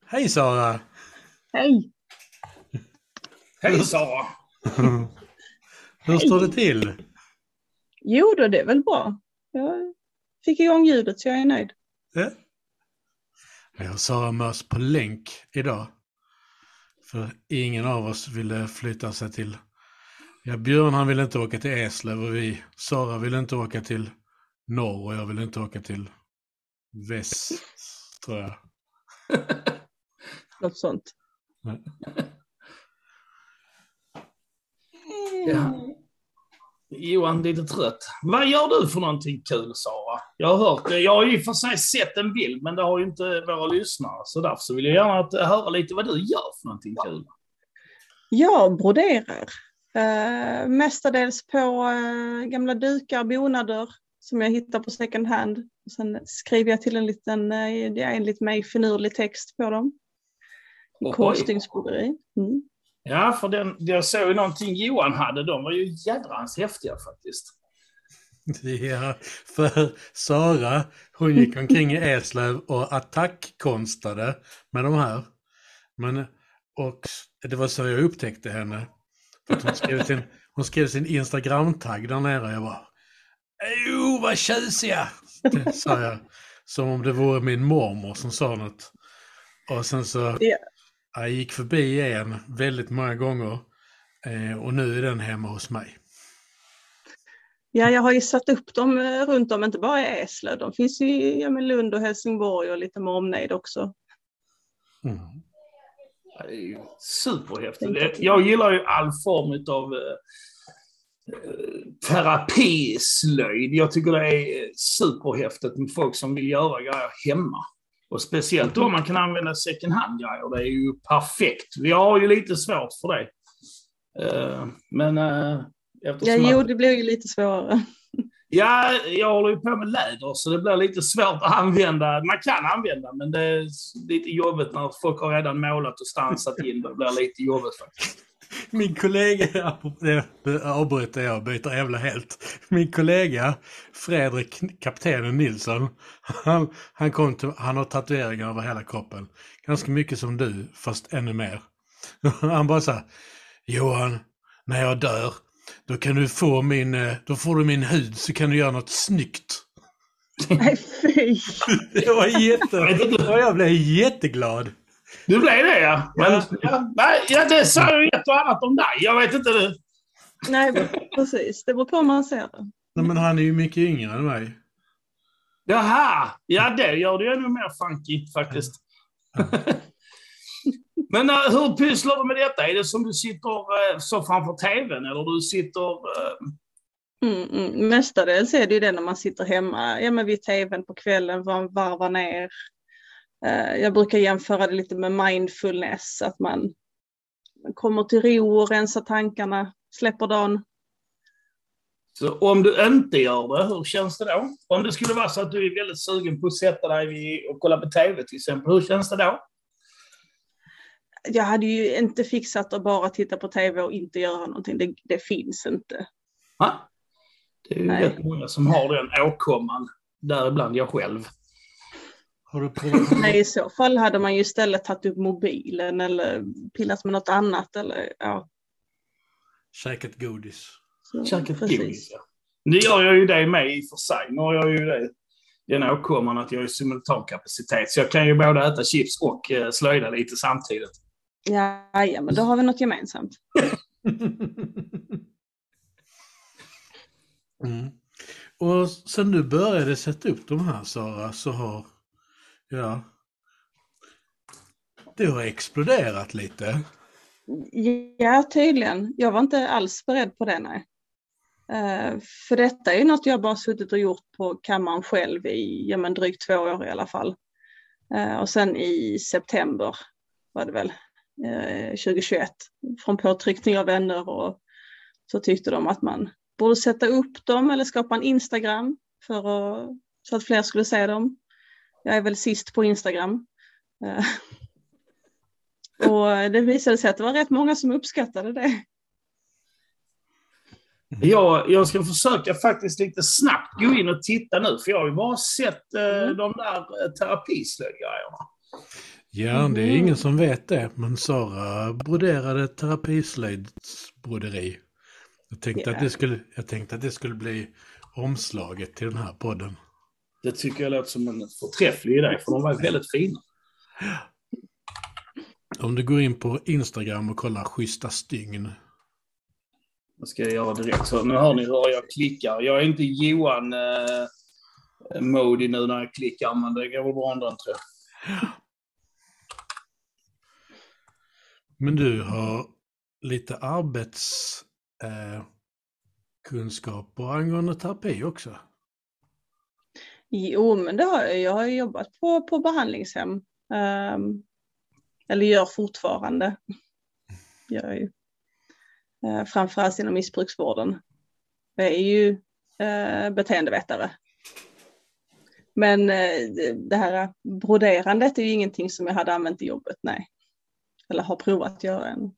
Hej Sara! Hej! Hej Sara! Hur står det till? Jo då, det är väl bra. Jag fick igång ljudet så jag är nöjd. Ja. Jag och Sara möts på länk idag. För ingen av oss ville flytta sig till... Ja, Björn han ville inte åka till Eslöv och Sara ville inte åka till norr och jag ville inte åka till väst, tror jag. Något sånt. Ja. Johan, lite trött. Vad gör du för någonting kul, Sara? Jag har hört det. Jag har ju för sig sett en bild, men det har ju inte våra lyssnare. Så därför så vill jag gärna höra lite vad du gör för någonting kul. Jag broderar. Mestadels på gamla dukar, bonader som jag hittar på second hand. Och sen skriver jag till en liten, enligt mig, finurlig text på dem. Korsstygnsbroderi. Mm. Ja, för jag såg ju någonting Johan hade. De var ju jädrans häftiga faktiskt. Ja, för Sara, hon gick omkring i Eslöv och attackkonstade med de här. Och det var så jag upptäckte henne. För att hon skrev sin Instagram-tagg där nere. Jag bara, vad tjusiga! Det sa jag. Som om det vore min mormor som sa något. Och sen så... Jag gick förbi en väldigt många gånger och nu är den hemma hos mig. Ja, jag har ju satt upp dem runt om, inte bara i Eslöv. De finns i Lund och Helsingborg och lite med omnejd också. Mm. Det är ju superhäftigt. Jag gillar ju all form av terapislöjd. Jag tycker det är superhäftigt med folk som vill göra grejer hemma. Och speciellt då man kan använda second hand-grejer. Det är ju perfekt. Vi har ju lite svårt för det. Det blir ju lite svårare. Ja, jag håller ju på med läder så det blir lite svårt att använda. Man kan använda, men det är lite jobbigt när folk har redan målat och stansat in. Det blir lite jobbigt faktiskt. Min kollega, avbryter jag och byter jävla helt. Min kollega, Fredrik Kaptenen Nilsson, han har tatueringar över hela kroppen. Ganska mycket som du, fast ännu mer. Han bara sa, Johan, när jag dör, då kan du då får du min hud så kan du göra något snyggt. Nej, fy! Jag blev jätteglad. Du blev det, ja. Men, det sa ju ett och annat om dig. Jag vet inte det. Nej, precis. Det beror på om man ser det. Nej, men han är ju mycket yngre än mig. Jaha. Ja, det gör det ännu mer funky, faktiskt. Men hur pysslar du med detta? Är det som du sitter så framför tvn? Eller du sitter... Mestadels är det ju det när man sitter hemma vid tvn på kvällen, varvar ner. Jag brukar jämföra det lite med mindfulness, att man kommer till ro och rensar tankarna, släpper dagen. Så om du inte gör det, hur känns det då? Om det skulle vara så att du är väldigt sugen på att sätta dig och kolla på tv till exempel, hur känns det då? Jag hade ju inte fixat att bara titta på tv och inte göra någonting. Det finns inte. Ha? Det är ju rätt många som har den åkomman, däribland jag själv. Har du provat? Nej, i så fall hade man ju istället tagit upp mobilen eller pillat med något annat. Eller, ja. Käkat godis. Käkat godis, ja. Det gör jag ju det med i och för sig. Nu har jag ju den åkomman att jag är simultankapacitet. Så jag kan ju både äta chips och slöjda lite samtidigt. Ja, men då har vi något gemensamt. Och sen du började sätta upp de här, Sara, så har det har exploderat lite. Ja, tydligen. Jag var inte alls beredd på det, nej. För detta är ju något jag bara suttit och gjort på kammaren själv i drygt 2 år i alla fall. Och sen i september var det väl 2021 från påtryckning av vänner, och så tyckte de att man borde sätta upp dem eller skapa en Instagram så att fler skulle se dem. Jag är väl sist på Instagram. Och det visade sig att det var rätt många som uppskattade det. Jag ska försöka faktiskt lite snabbt gå in och titta nu, för jag har ju bara sett de där terapislöjdgrejerna. Ja, det är ingen som vet det, men Sara broderade terapislöjdsbroderi. Jag tänkte att det skulle bli omslaget till den här podden. Det tycker jag låter som en förträfflig idé, för de var väldigt fina. Om du går in på Instagram och kollar schyssta stygn. Då ska jag göra direkt. Så nu hör ni hur jag klickar. Jag är inte Johan mode nu när jag klickar, men det går väl bra ändå, tror jag. Men du har lite kunskaper angående terapi också? Jo, men det har jag. Jag har jobbat på behandlingshem. Eller gör fortfarande. Gör ju. Framförallt inom missbruksvården. Jag är ju beteendevetare. Men det här broderandet är ju ingenting som jag hade använt i jobbet, nej. Eller har provat att göra än.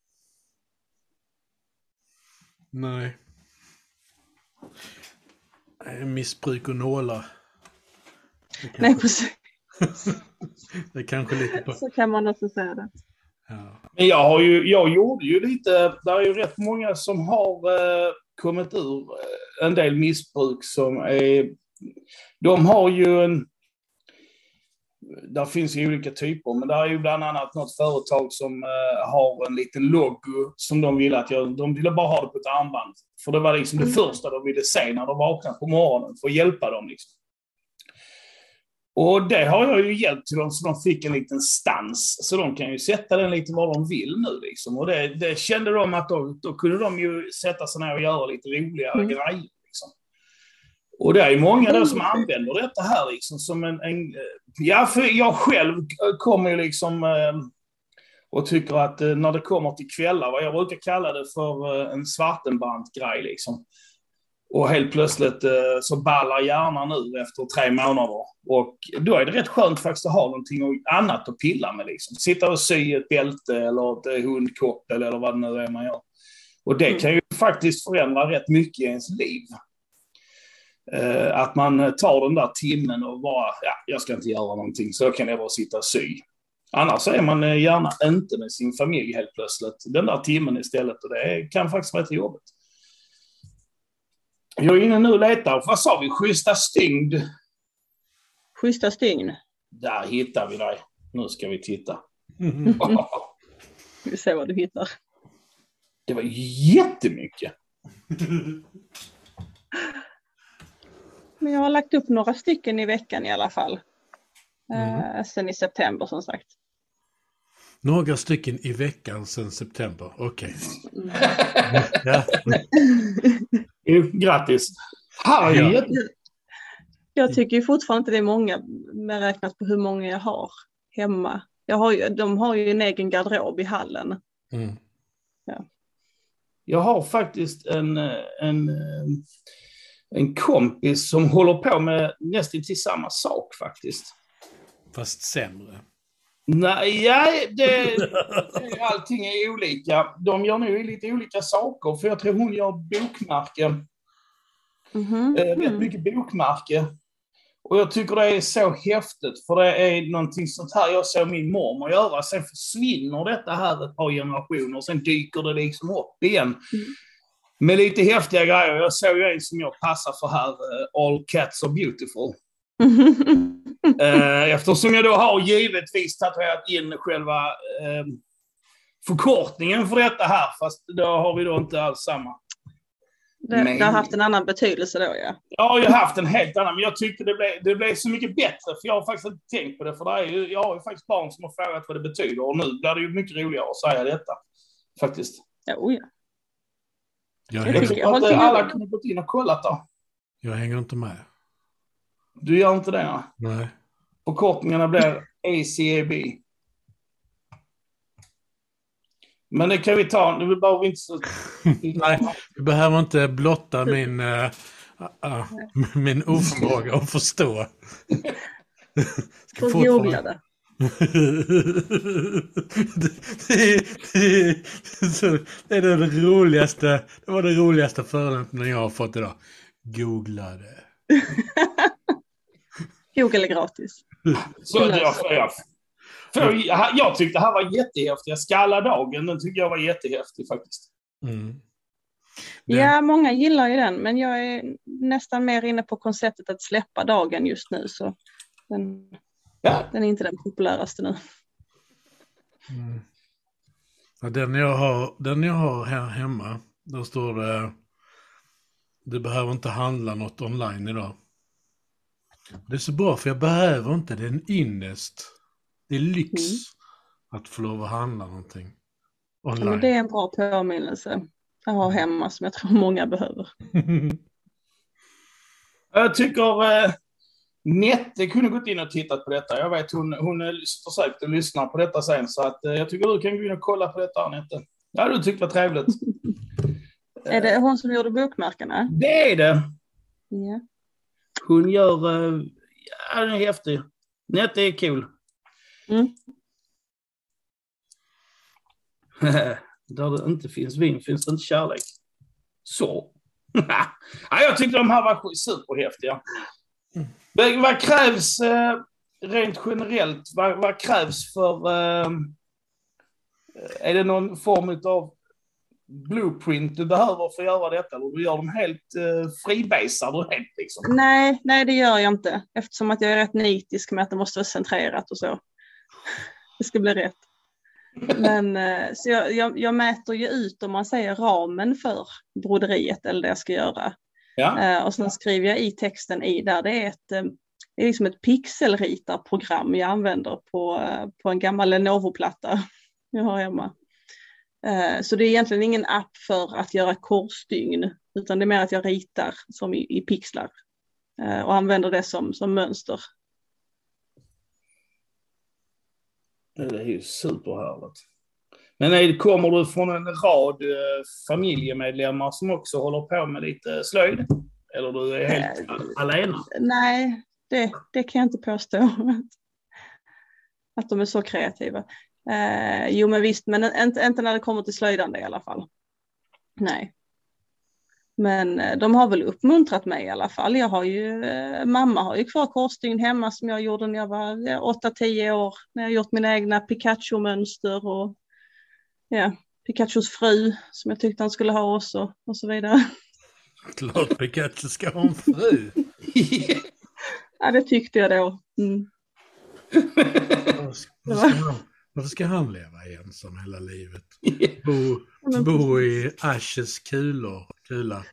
Nej. Missbruk och nålar. Nej, precis. Det är kanske lite på... Så kan man också säga det. Ja. Men jag gjorde ju lite, där är ju rätt många som har kommit ur en del missbruk som är, de har ju där finns ju olika typer, men där är ju bland annat något företag som har en liten logo som de ville de ville bara ha det på ett armband. För det var liksom det första de ville se när de vaknade på morgonen, för att hjälpa dem liksom. Och det har jag ju hjälpt till dem så de fick en liten stans. Så de kan ju sätta den lite var de vill nu liksom. Och det kände de att då kunde de ju sätta sig ner och göra lite roliga grejer liksom. Och det är ju många då som använder detta här liksom som ja, för jag själv kommer ju liksom och tycker att när det kommer till kvällar, vad jag brukar kalla det för en Svartenbrandt-grej liksom. Och helt plötsligt så ballar hjärnan ur efter 3 månader. Och då är det rätt skönt faktiskt att ha någonting annat att pilla med. Liksom. Sitta och sy ett bälte eller ett hundkoppel eller vad det nu är man gör. Och det kan ju faktiskt förändra rätt mycket i ens liv. Att man tar den där timmen och bara, jag ska inte göra någonting, så kan jag bara sitta och sy. Annars är man gärna inte med sin familj helt plötsligt. Den där timmen istället, och det kan faktiskt vara rätt jobbigt. Jag är inne nu och letar. Vad sa vi? Schyssta stygn. Schyssta stygn. Där hittar vi dig. Nu ska vi titta. Vi ser vad du hittar. Det var jättemycket. Men jag har lagt upp några stycken i veckan i alla fall. Sen i september som sagt. Några stycken i veckan sen september. Okej. Ja. Grattis. Ja. Jag tycker ju fortfarande inte det är många, med räknat på hur många jag har hemma. De har ju en egen garderob i hallen. Ja. Jag har faktiskt en kompis som håller på med nästan till samma sak faktiskt. Fast sämre. Nej, allting är olika. De gör nog lite olika saker, för jag tror hon gör bokmärke. Rätt mycket bokmärke. Och jag tycker det är så häftigt, för det är någonting sånt här jag såg min mormor göra. Sen försvinner detta här ett par generationer, sen dyker det liksom upp igen. Med lite häftiga grejer. Jag såg ju en som jag passar för här, All Cats Are Beautiful. Eftersom jag då har givetvis tatuerat in själva förkortningen för detta här, fast då har vi då inte alls samma. Det har haft en annan betydelse då, ja. Ja, jag har haft en helt annan, men jag tyckte det blev så mycket bättre, för jag har faktiskt inte tänkt på det, för jag har ju faktiskt barn som har frågat vad det betyder, och nu blir det ju mycket roligare att säga detta, faktiskt. Ja. Jag tycker att alla kunde gått in och kollat då. Jag hänger inte med. Du gör inte det? Ja? Nej. Förkortningarna blir ACAB. Men det kan vi ta. Nu behöver vi inte så... Nej, vi behöver inte blotta min oförmåga att förstå. Ska googla det. Det är det roligaste. Det var det roligaste förolämpningen jag har fått idag. Googla det. Google är gratis. Så Jag tyckte det här var jättehäftigt. Skalla dagen, den tycker jag var jättehäftig faktiskt. Mm. Ja, många gillar ju den, men jag är nästan mer inne på konceptet att släppa dagen just nu, så den är inte den populäraste nu. Mm. Ja, den jag har här hemma, där står det: du behöver inte handla något online idag. Det är så bra, för jag behöver inte, det är en ynnest. Det är lyx att få lov att handla någonting online. Ja, men det är en bra påminnelse jag har hemma som jag tror många behöver. Jag tycker Nette kunde gått in och tittat på detta. Jag vet hon försökte lyssna på detta sen, så att jag tycker du kan gå in och kolla på detta, Nette. Ja, du tyckte det var trevligt. Är det hon som gjorde bokmärkena? Det är det. Ja. Hon gör... ja, den är häftig. Nette är kul. Där det inte finns vin finns det inte kärlek. Så. Ja, jag tyckte de här var superhäftiga. Vad krävs rent generellt? Vad krävs för... är det någon form av blueprint du behöver för att göra detta? Eller du gör dem helt fribasar du helt liksom? Nej, det gör jag inte. Eftersom att jag är rätt nitisk med att det måste vara centrerat och så. Det ska bli rätt. Men så jag mäter ju ut, om man säger, ramen för broderiet eller det jag ska göra. Ja. Och sen skriver jag i texten i där. Det är liksom ett pixelritarprogram jag använder på en gammal Lenovo-platta jag har hemma. Så det är egentligen ingen app för att göra korsstygn, utan det är mer att jag ritar som i pixlar och använder det som mönster. Det är ju superhärligt. Men kommer du från en rad familjemedlemmar som också håller på med lite slöjd? Eller du är helt alena? Nej, det kan jag inte påstå. Att de är så kreativa. Jo men visst, men inte när det kommer till slöjdande i alla fall. Nej. Men de har väl uppmuntrat mig i alla fall. Mamma har ju kvar korsstygn hemma som jag gjorde när jag var 8-10 år. När jag gjort mina egna Pikachu-mönster och Pikachus fru som jag tyckte han skulle ha också och så vidare. Klart Pikachu ska ha en fru. Ja, det tyckte jag då. Mm. Varför ska han leva ensam hela livet? Bo i Ashes kula.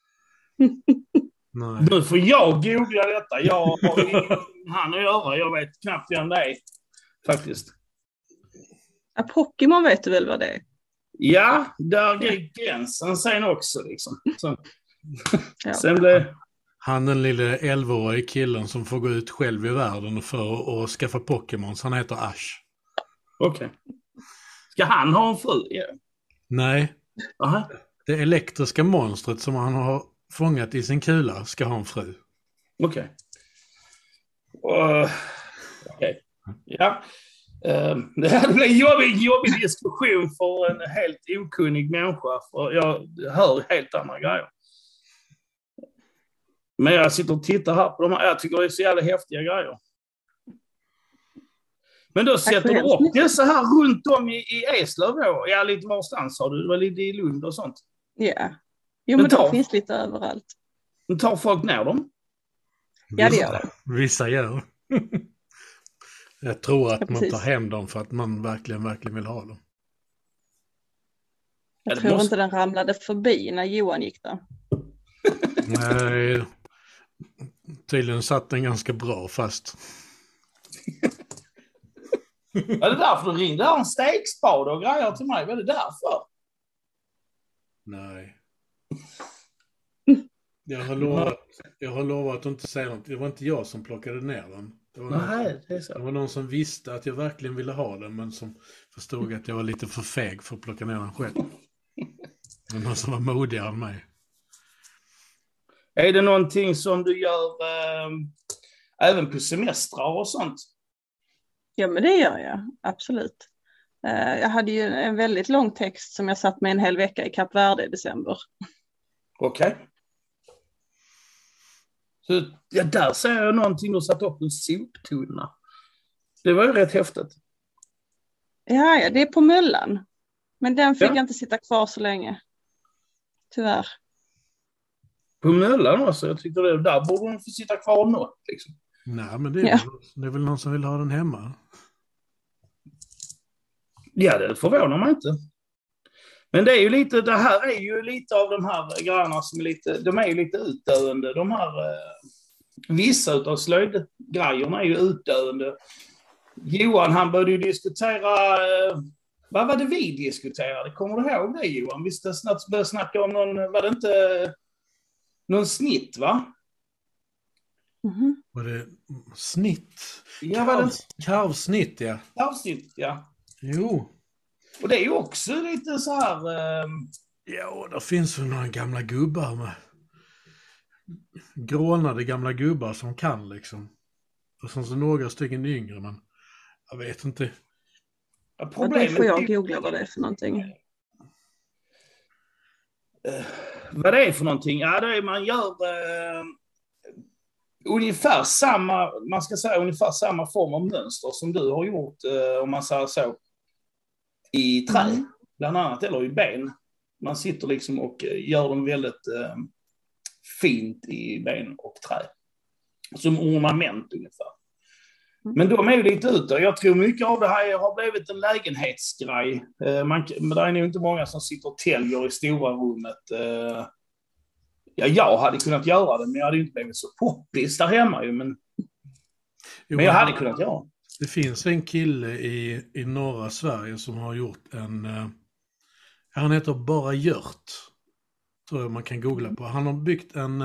Nej. Nu får jag googla detta. Jag har han att göra. Jag vet knappt vem det är. Faktiskt. Ja, Pokémon vet du väl vad det är? Ja, där går gränsen sen också. Liksom. Så. Ja. Sen blev... Han den lille 11-årige killen som får gå ut själv i världen för att skaffa Pokémons. Han heter Ash. Okej. Ska han ha en fru? Yeah. Nej. Aha. Det elektriska monstret som han har fångat i sin kula ska ha en fru. Okej. Okej. Ja. Det här blir en jobbig diskussion för en helt okunnig människa. För jag hör helt andra grejer. Men jag sitter och tittar här på de här. Jag tycker det är så jävla häftiga grejer. Men då sätter du upp dessa här runt om i Eslöv då? Ja, lite varstans sa du? Det var lite i Lund och sånt. Ja. Jo, men de finns lite överallt. Men tar folk ner dem? Ja, det gör de. Vissa gör. Jag tror att man tar hem dem för att man verkligen vill ha dem. Jag tror inte den ramlade förbi när Johan gick där. Nej, tydligen satt den ganska bra fast. Är det därför du ringde en stegspad och grejer till mig? Vad är det därför? Nej. Jag har lovat att inte säga något. Det var inte jag som plockade ner den. Det var någon som visste att jag verkligen ville ha den, men som förstod att jag var lite för feg för att plocka ner den själv. Det var någon som var modigare än mig. Är det någonting som du gör även på semestrar och sånt? Ja, men det gör jag. Absolut. Jag hade ju en väldigt lång text som jag satt med en hel vecka i Kap Verde i december. Okej. Så ja, där ser jag någonting och satt upp en soptunna. Det var ju rätt häftigt. Ja, det är på Möllan. Men den fick inte sitta kvar så länge. Tyvärr. På Möllan också? Jag tycker det där borde den få sitta kvar något. Liksom. Nej, men det är väl någon som vill ha den hemma. Ja, det förvånar mig inte. Men det är ju lite, det här är ju lite av de här grejerna som är lite, de är ju lite utdöende. De här, vissa av slöjdgrejerna är ju utdöende. Johan, han började ju diskutera, vad var det vi diskuterade? Kommer du ihåg det, Johan? Vi började snacka om någon, var det inte någon snitt, va? Mm-hmm. Var det snitt? Ja, Karvsnitt, ja. Karvsnitt, ja. Jo. Och det är ju också lite så här... Ja, det finns väl några gamla gubbar med grånade gamla gubbar som kan liksom. Och sen så några stycken yngre, men jag vet inte. Det får jag googla vad det är för någonting. Vad det är för någonting? Ja, det är man gör ungefär samma, man ska säga ungefär samma form av mönster som du har gjort, om man säger så, i trä, bland annat, eller i ben. Man sitter liksom och gör dem väldigt fint i ben och trä. Som ornament ungefär. Men de är ju lite ute. Jag tror mycket av det här har blivit en lägenhetsgrej. Men det är nog inte många som sitter och täljer i stora rummet. Ja, jag hade kunnat göra det, men jag hade inte blivit så poppis där hemma ju. Men jag hade kunnat göra det. Det finns en kille i norra Sverige som har gjort han heter Bara Gjört. Tror jag man kan googla på. Han har byggt en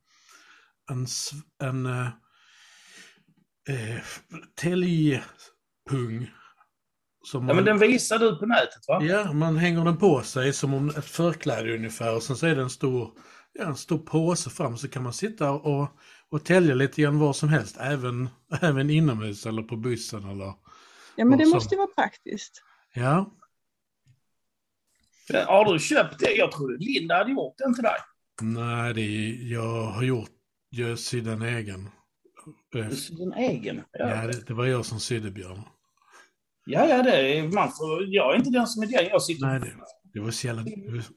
täljpung. Men den visar du på nätet, va? Ja, man hänger den på sig som om ett förkläde ungefär. Och sen så är det en stor påse fram, så kan man sitta och tälja lite grann vad som helst. Även inomhus eller på bussen. Eller ja, men det måste ju vara praktiskt. Ja. Har du köpt det? Jag trodde Linda hade gjort den till dig. Nej, jag har jag sydde en egen. Du sydde en egen? Ja, det var jag som sydde, Björn. Ja, det är man får, jag är inte den som är den. Jag sitter. Nej, det var så jävla...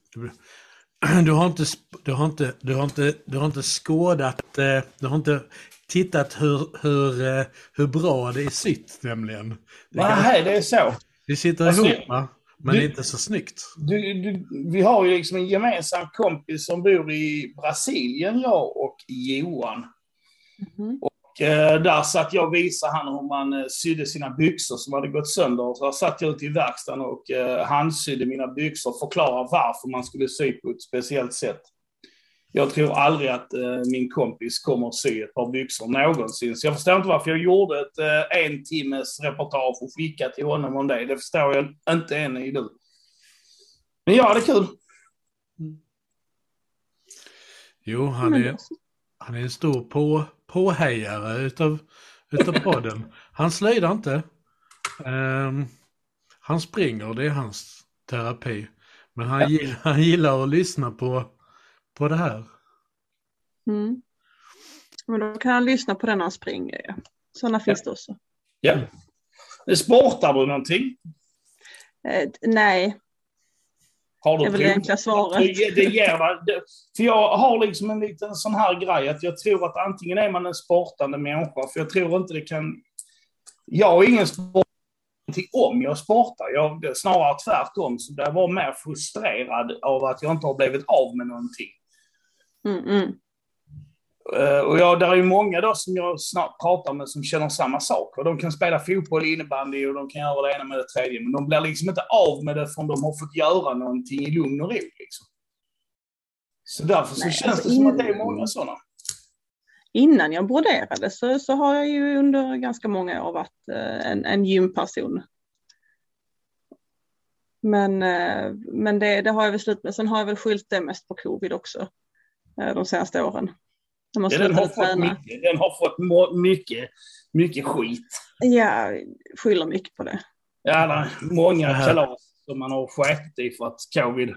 Du har inte skådat, du har inte tittat hur bra det är sytt, nämligen. Nej, det är så. Det sitter ihop, va? Men det är inte så snyggt. Vi har ju liksom en gemensam kompis som bor i Brasilien, jag och Johan. Mm-hmm. Och där satt jag och visade han hur man sydde sina byxor som hade gått sönder. Så jag satt jag ute i verkstaden och han sydde mina byxor och förklarade varför man skulle sy på ett speciellt sätt. Jag tror aldrig att min kompis kommer att sy ett par byxor någonsin. Så jag förstår inte varför jag gjorde ett 1 timmes reportage och skickade till honom om det. Det förstår jag inte än i du. Men ja, det är kul. Jo, han är en stor påhejare utav podden. Han slöjdar inte. Han springer, det är hans terapi. Men han gillar att lyssna på det här. Mm. Men då kan han lyssna på den han springer. Ja. Sådana finns det också. Ja. Sportar du någonting? Nej. Har du det är väl det enkla svaret. För jag har liksom en liten sån här grej att jag tror att antingen är man en sportande människa, för jag tror inte det kan... Jag är ingen sport om jag sportar. Snarare tvärtom, så jag var mer frustrerad av att jag inte har blivit av med någonting. Och där är ju många då som jag snart pratar med som känner samma sak. Och de kan spela fotboll, innebandy och de kan göra det ena med det tredje. Men de blir liksom inte av med det förrän de har fått göra någonting i lugn och ro. Liksom. Så därför så känns det som att det är många sådana. Innan jag broderade så har jag ju under ganska många år varit en gymperson. Men det har jag väl slut med. Sen har jag väl skyllt det mest på covid också. De senaste åren. Den har fått mycket skit. Ja, skyller mycket på det. Ja, många kalas som man har skett i för att covid.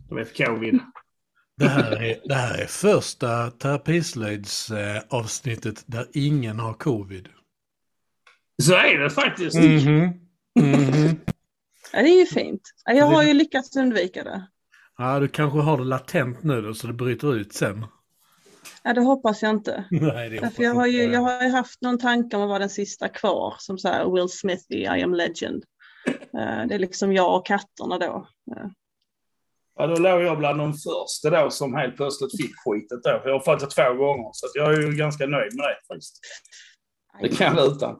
Det här är första terapislöjds avsnittet där ingen har covid. Så är det faktiskt. Ja, det är ju fint. Jag har ju lyckats undvika det. Ja, du kanske har det latent nu då, så det bryter ut sen. Ja, det hoppas jag inte. Nej, det hoppas Därför jag har ju haft någon tanke om att vara den sista kvar, som så här Will Smith i I Am Legend. Det är liksom jag och katterna då. Ja, då låg jag bland de första då som helt plötsligt fick skitet då. För jag har fått det 2 gånger, så att jag är ju ganska nöjd med det faktiskt. Det kan jag vara utan.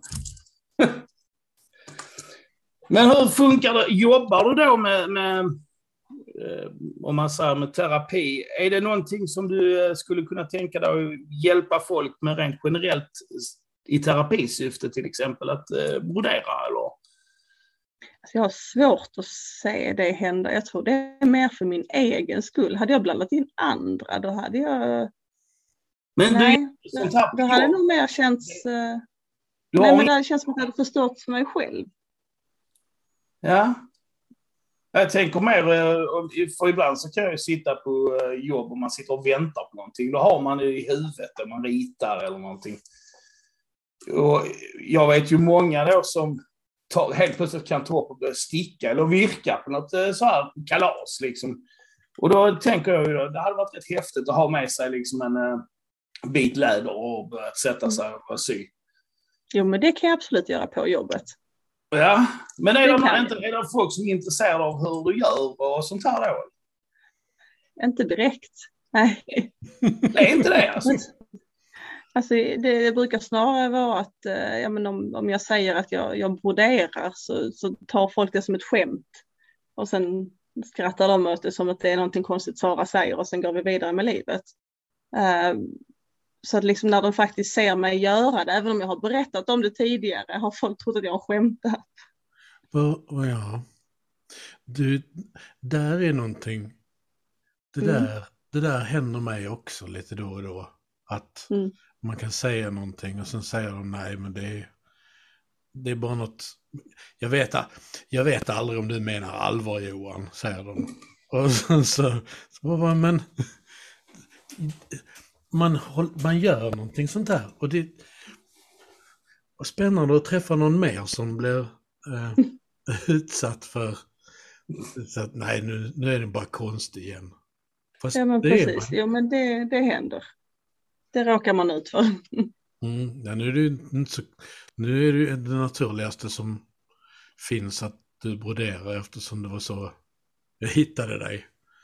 Men hur funkar det? Jobbar du då med om man säger med terapi? Är det någonting som du skulle kunna tänka dig att hjälpa folk med rent generellt i terapisyfte, till exempel att brodera eller? Jag har svårt att se det hända. Jag tror det är mer för min egen skull. Hade jag blandat in andra, då hade jag... Men nej, då hade det nog mer känts... men det känns som att jag hade förstått för mig själv. Ja. Jag tänker mer, för ibland så kan jag ju sitta på jobb och man sitter och väntar på någonting. Då har man det i huvudet där man ritar eller någonting. Och jag vet ju många då som helt plötsligt kan ta upp och börja sticka eller virka på något så här kalas liksom. Och då tänker jag ju, det hade varit rätt häftigt att ha med sig liksom en bit läder och börja sätta sig och sy. Jo, men det kan jag absolut göra på jobbet. Ja, men är det folk som är intresserade av hur du gör och sånt här då? Inte direkt, nej. Det är inte det alltså? Alltså det brukar snarare vara att om jag säger att jag broderar så tar folk det som ett skämt. Och sen skrattar de åt det som att det är någonting konstigt Sara säger och sen går vi vidare med livet. Så att liksom när de faktiskt ser mig göra det, även om jag har berättat om det tidigare, har folk trott att jag har skämtat. Ja. Du, där är någonting. Det där händer mig också lite då och då. Att man kan säga någonting och sen säger de nej, men det är bara något. Jag vet aldrig om du menar allvar, Johan, säger de. Och sen så men man gör någonting sånt här och det är spännande att träffa någon mer som blir utsatt för så att, nej, nu är det bara konst igen. Fast ja, men precis. Jo, men det händer. Det råkar man ut för. Ja, nu är det inte så, nu är det det naturligaste som finns att du broderar, eftersom det var så jag hittade dig.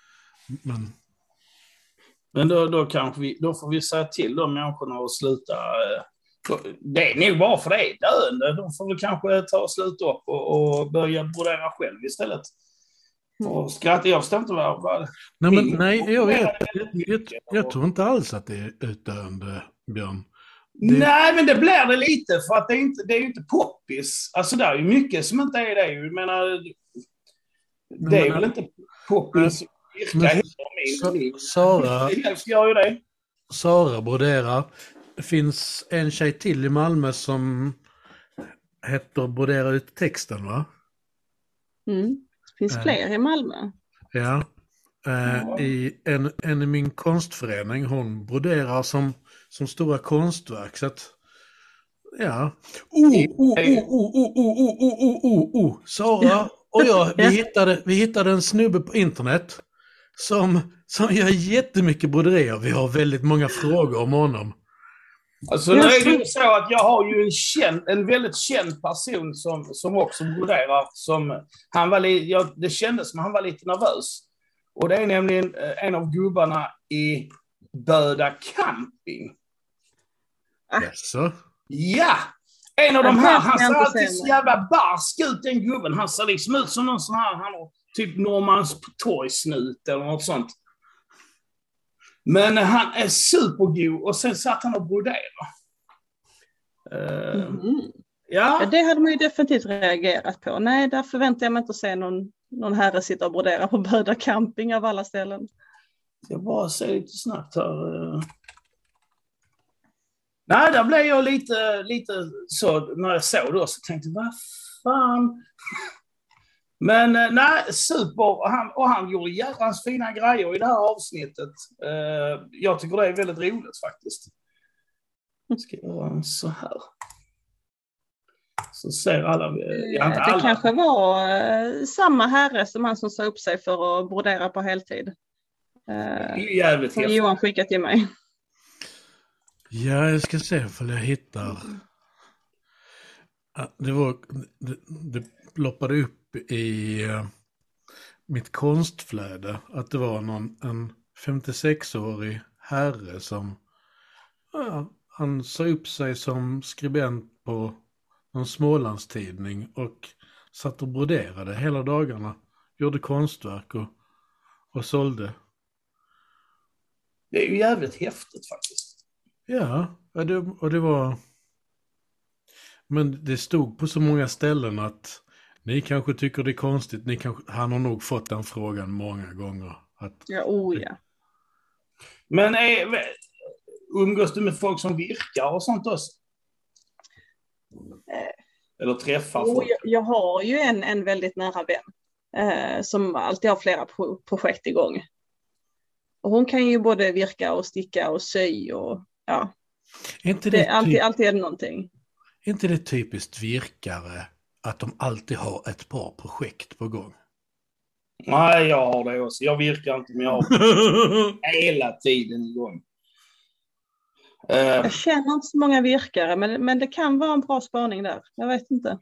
Men då kanske då får vi säga till de människorna att sluta. Det är nog bara för det är döende. De får väl kanske ta och sluta upp och börja brodera själv istället. Och skratta, jag förstår inte vad... Nej, jag vet. Jag tror inte alls att det är utdöende, Björn. Nej, men det blir det lite, för att det är ju inte poppis. Alltså det är ju mycket som inte är det. Jag menar, det är väl inte poppis. Sara broderar. Det finns en tjej till i Malmö som heter Brodera ut texten, va? Det finns fler i Malmö. Ja. I en i min konstförening, hon broderar som stora konstverk, så att ja. Sara och jag, vi hittade en snubbe på internet som gör jättemycket broderier. Vi har väldigt många frågor om honom. Alltså nu är det ju så att jag har ju en väldigt känd person som också broderar. Det kändes som han var lite nervös. Och det är nämligen en av gubbarna i Böda camping. Jaså? Ja! En av de här, han ser alltid så jävla barsk ut, den gubben. Han ser liksom ut som någon sån här, han har typ Normans toysnut eller något sånt. Men han är supergod och sen satt han och broderade. Ja. Det hade man ju definitivt reagerat på. Nej, där förväntar jag mig inte att se någon herre sitta och brodera på Böda camping av alla ställen. Jag bara ser lite snabbt här. Nej, där blev jag lite så, när jag såg det så tänkte jag, vad fan? Men nej, super. Han gjorde jävlans fina grejer i det här avsnittet. Jag tycker det är väldigt roligt faktiskt. Jag ska göra så här. Så ser alla... Det alla. kanske var samma herre som han som sa upp sig för att brodera på heltid. Det är jävligt Som häftigt. Johan skickat till mig. Ja, jag ska se för jag hittar. Det ploppade upp i mitt konstflöde att det var en 56-årig herre som han sa upp sig som skribent på någon Smålandstidning och satt och broderade hela dagarna, gjorde konstverk och sålde. Det är ju jävligt häftigt faktiskt. Ja, och det var... Men det stod på så många ställen att ni kanske tycker det är konstigt. Han har nog fått den frågan många gånger. Ja. Men umgås du med folk som virkar och sånt också? Eller träffar folk? Jag har ju en väldigt nära vän som alltid har flera projekt igång. Och hon kan ju både virka och sticka och sy och ja. Alltid är det någonting. Är inte det typiskt virkare att de alltid har ett bra projekt på gång? Nej, jag har det också. Jag virkar inte, men jag har hela tiden igång. Jag känner inte så många virkare, men det kan vara en bra spaning där. Jag vet inte.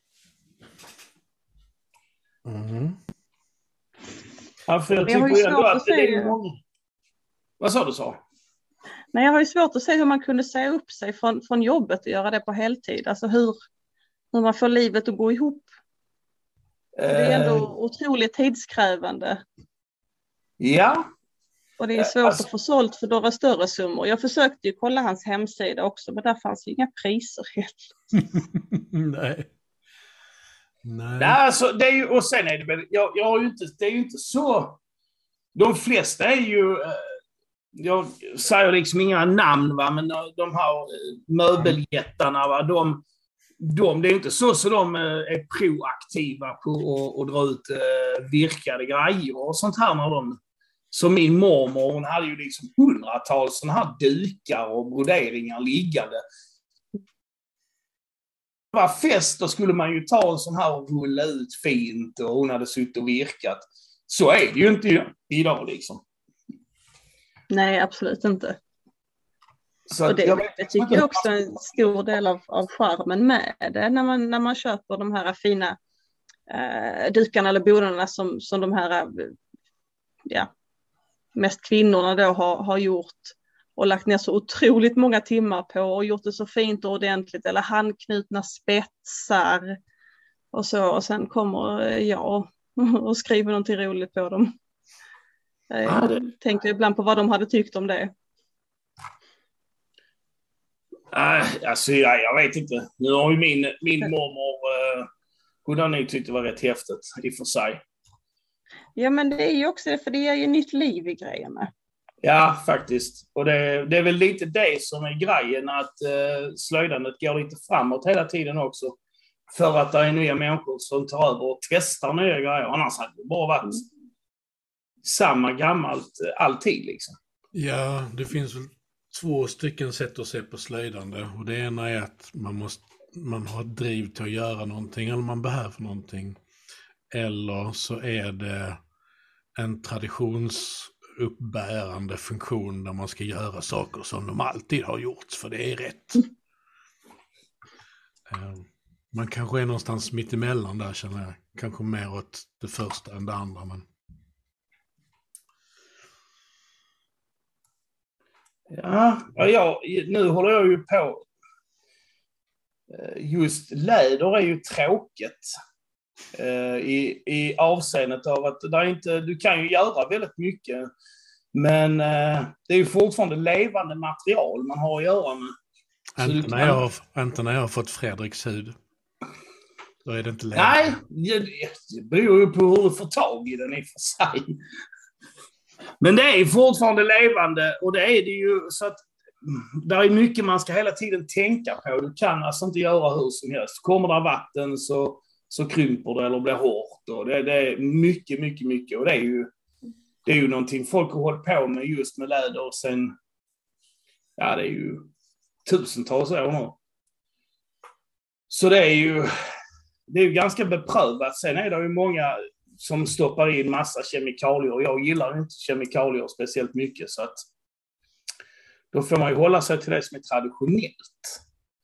Ja, för jag tycker ändå att det är många... Vad sa du så? Nej, jag har ju svårt att se hur man kunde säga upp sig från jobbet och göra det på heltid. Alltså hur man får livet att gå ihop. Det är ändå otroligt tidskrävande. Ja. Och det är svårt att få sålt för några större summor. Jag försökte ju kolla hans hemsida också, men där fanns ju inga priser helt. Nej. Nej, alltså det är ju, och sen är det väl, jag har ju inte, det är ju inte så, de flesta är ju, jag säger liksom inga namn va, men de här möbeljättarna va, det är inte så de är proaktiva på att dra ut virkade grejer och sånt här när de, som min mormor, hon hade ju liksom 100-tals såna här dukar och broderingar liggande. Var fest, då skulle man ju ta en sån här och rulla ut fint och hon hade suttit och virkat. Så är det ju inte idag liksom. Nej, absolut inte. Så och det tycker jag också är en stor del av charmen med det. När man köper de här fina dukarna eller bodarna som de här mest kvinnorna då har gjort. Och lagt ner så otroligt många timmar på och gjort det så fint och ordentligt. Eller handknutna spetsar. Och sen kommer jag och skriver någonting roligt på dem. Jag tänkte ibland på vad de hade tyckt om det. Alltså jag vet inte. Nu har ju min mormor, hon har nog tyckt det var rätt häftigt i och för sig. Ja, men det är ju också det, för det är ju nytt liv i grejerna. Ja, faktiskt. Och det är väl lite det som är grejen, att slöjdandet går lite framåt hela tiden också. För att det är nya människor som tar över och testar nya grejer. Annars hade det bara varit samma gammalt alltid liksom. Ja, det finns väl 2 stycken sätt att se på slöjdande. Och det ena är att man har driv till att göra någonting eller man behöver någonting. Eller så är det en traditionsuppbärande funktion där man ska göra saker som de alltid har gjort för det är rätt. Man kanske är någonstans mitt emellan där, känner jag. Kanske mer åt det första än det andra. Men... Ja, nu håller jag ju på. Just läder är ju tråkigt. I avseendet av att du kan ju göra väldigt mycket, men det är ju fortfarande levande material man har att göra med. Inte när jag har fått Fredriks hud. Då är det inte levande. Nej, det beror ju på hur du får tag i den i och för sig. Men det är fortfarande levande, och det är det ju, så att där är mycket man ska hela tiden tänka på. Du kan alltså inte göra hur som helst. Kommer det vatten så krymper det eller blir hårt. Och det är mycket, mycket, mycket. Och det är ju någonting folk har hållit på med just med läder. Och sen, det är ju tusentals år nu. Så det är ju ganska beprövat. Sen är det ju många som stoppar in massa kemikalier. Jag gillar inte kemikalier speciellt mycket, så att då får man ju hålla sig till det som är traditionellt.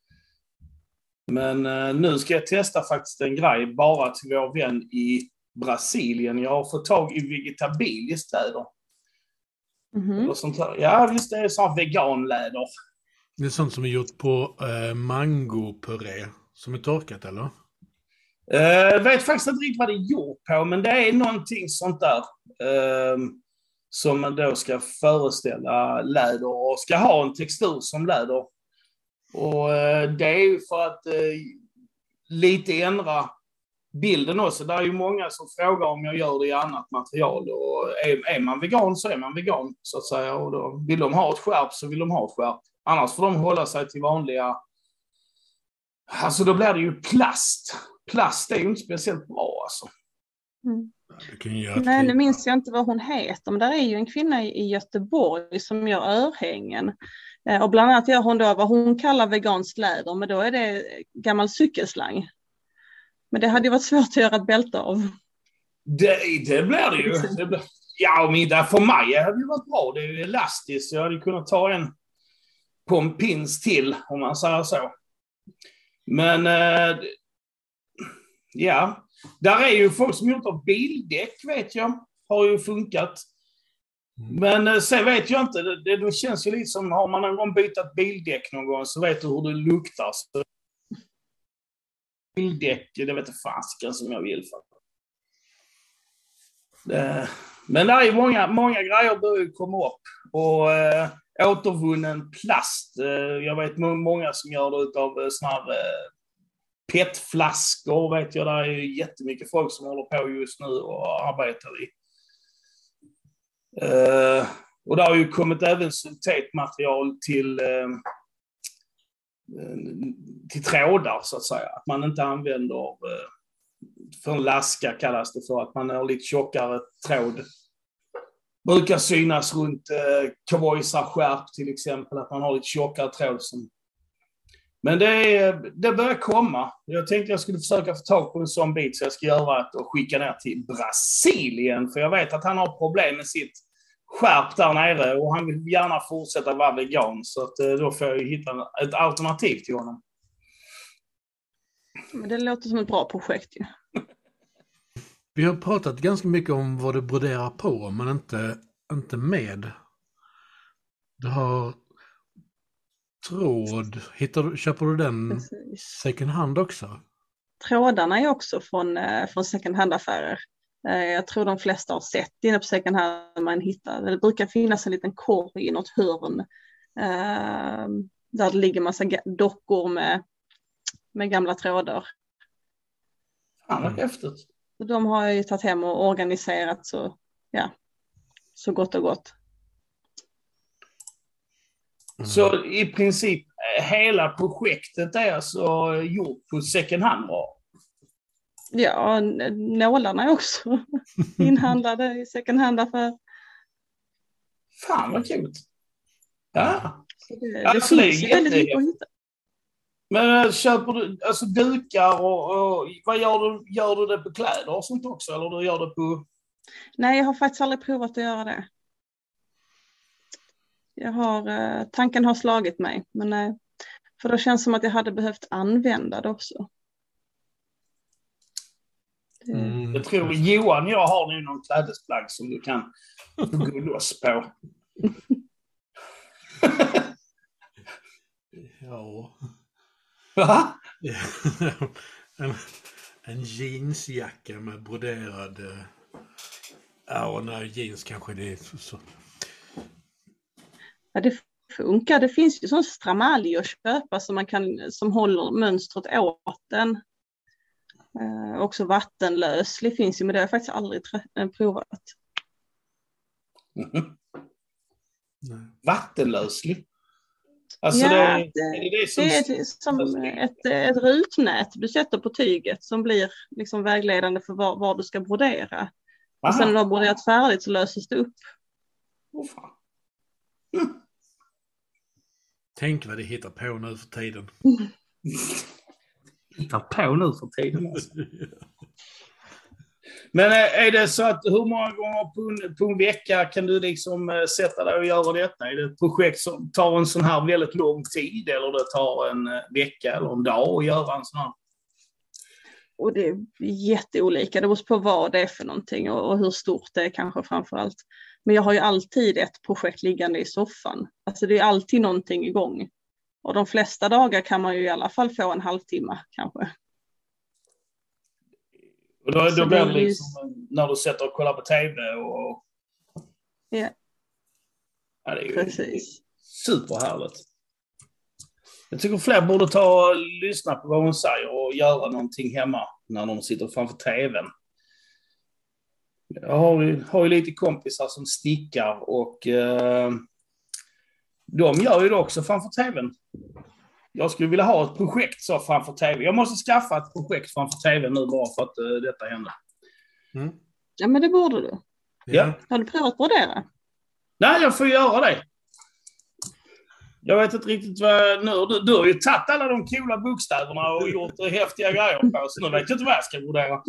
Men nu ska jag testa faktiskt en grej bara till vår vän i Brasilien. Jag har fått tag i vegetabiliskt läder. Och sånt här. Ja, visst, det är sånt veganläder. Det är sånt som är gjort på mangopuré som är torkat, eller? Jag vet faktiskt inte riktigt vad det är gjort på, men det är någonting sånt där som man då ska föreställa läder och ska ha en textur som läder. Och det är ju för att lite ändra bilden också. Det är ju många som frågar om jag gör det i annat material. Och är man vegan så är man vegan, så att säga. Och då vill de ha ett skärp så vill de ha ett skärp. Annars får de hålla sig till vanliga... Alltså då blir det ju plast. Plast är ju inte speciellt bra alltså. Nej, nu minns jag inte vad hon heter. Men där är ju en kvinna i Göteborg som gör örhängen. Och bland annat gör hon då vad hon kallar veganskt läder. Men då är det gammal cykelslang. Men det hade ju varit svårt att göra ett bälte av. Det blir det ju. Ja, men för mig hade det varit bra. Det är ju elastiskt. Jag hade kunnat ta en på en pins till, om man säger så. Men ja, där är ju folk som gjort av bildäck, vet jag. Har ju funkat. Men sen vet jag inte. Det känns ju lite som, har man någon gång bytt bildäck någon gång så vet du hur det luktar. Så bildäck, det vet jag fasiken som jag vill för. Men det är ju många grejer börjar komma upp. Och återvunnen plast. Jag vet många som gör det av såna här petflaskor, vet jag. Det är ju jättemycket folk som håller på just nu och arbetar i. Och det har ju kommit även syntetmaterial till trådar, så att säga. Att man inte använder för en laska, kallas det för, att man har lite tjockare tråd. Brukar synas runt cowboysar skärp till exempel, att man har lite tjockare tråd. Men det börjar komma. Jag tänkte jag skulle försöka få tag på en sån bit, så jag ska göra det och skicka ner till Brasilien, för jag vet att han har problem med sitt skärp där nere och han vill gärna fortsätta vara vegan, så att då får jag hitta ett alternativ till honom. Men det låter som ett bra projekt ju. Vi har pratat ganska mycket om vad du broderar på, men inte med. Du har tråd. Köper du den second hand också? Trådarna är också från second hand-affärer. Jag tror de flesta har sett inne på second hand man hittar. Det brukar finnas en liten korg i något hörn. Där det ligger massa dockor med gamla trådar. Fan, vad häftigt. De har jag ju tagit hem och organiserat så gott och gott. Så i princip hela projektet är alltså gjort på second hand? Ja, nålarna är också inhandlade i second hand-affär. Fan vad kul. Ja. Det finns väldigt mycket att hitta. Men köper du alltså dukar och vad gör du det på kläder och sånt också, eller du gör det på? Nej, jag har faktiskt aldrig provat att göra det. Tanken har slagit mig, men nej, för då känns det som att jag hade behövt använda det också. Jag tror Johan och jag har nu någon klädesplagg som du kan gå loss på. Ja. Va? en jeansjacka med broderad... jeans kanske det är så. Ja, det funkar. Det finns ju sån stramalj att köpa som håller mönstret åt den. Också vattenlöslig finns ju, men det har jag faktiskt aldrig provat. Vattenlöslig? Alltså ja, det är som ett rutnät du sätter på tyget som blir liksom vägledande för var du ska brodera. Aha. Och sen när du har broderat färdigt så löses det upp. Fan. Tänk vad det hittar på nu för tiden. hittar på nu för tiden. Alltså. Men är det så att hur många gånger på en vecka kan du liksom sätta dig och göra detta? Är det ett projekt som tar en sån här väldigt lång tid eller det tar en vecka eller en dag att göra en sån här? Och det är jätteolika, det beror på vad det är för någonting och hur stort det är kanske framför allt. Men jag har ju alltid ett projekt liggande i soffan. Alltså det är alltid någonting igång. Och de flesta dagar kan man ju i alla fall få en halvtimme kanske. Och då blir det liksom när du sätter och kollar på tv och... Ja. Ja, det är ju Precis. Superhärligt. Jag tycker fler borde ta och lyssna på vad hon säger och göra någonting hemma när de sitter framför tvn. Jag har ju lite kompisar som stickar och de gör ju det också framför tvn. Jag skulle vilja ha ett projekt så framför tv. Jag måste skaffa ett projekt framför tv nu bara för att detta händer. Mm. Ja, men det borde du. Ja. Har du prövat brodera? Nej, jag får göra det. Jag vet inte riktigt vad... Du har ju tagit alla de coola bokstäverna och gjort häftiga grejer på. Så nu vet jag inte vad jag ska brodera.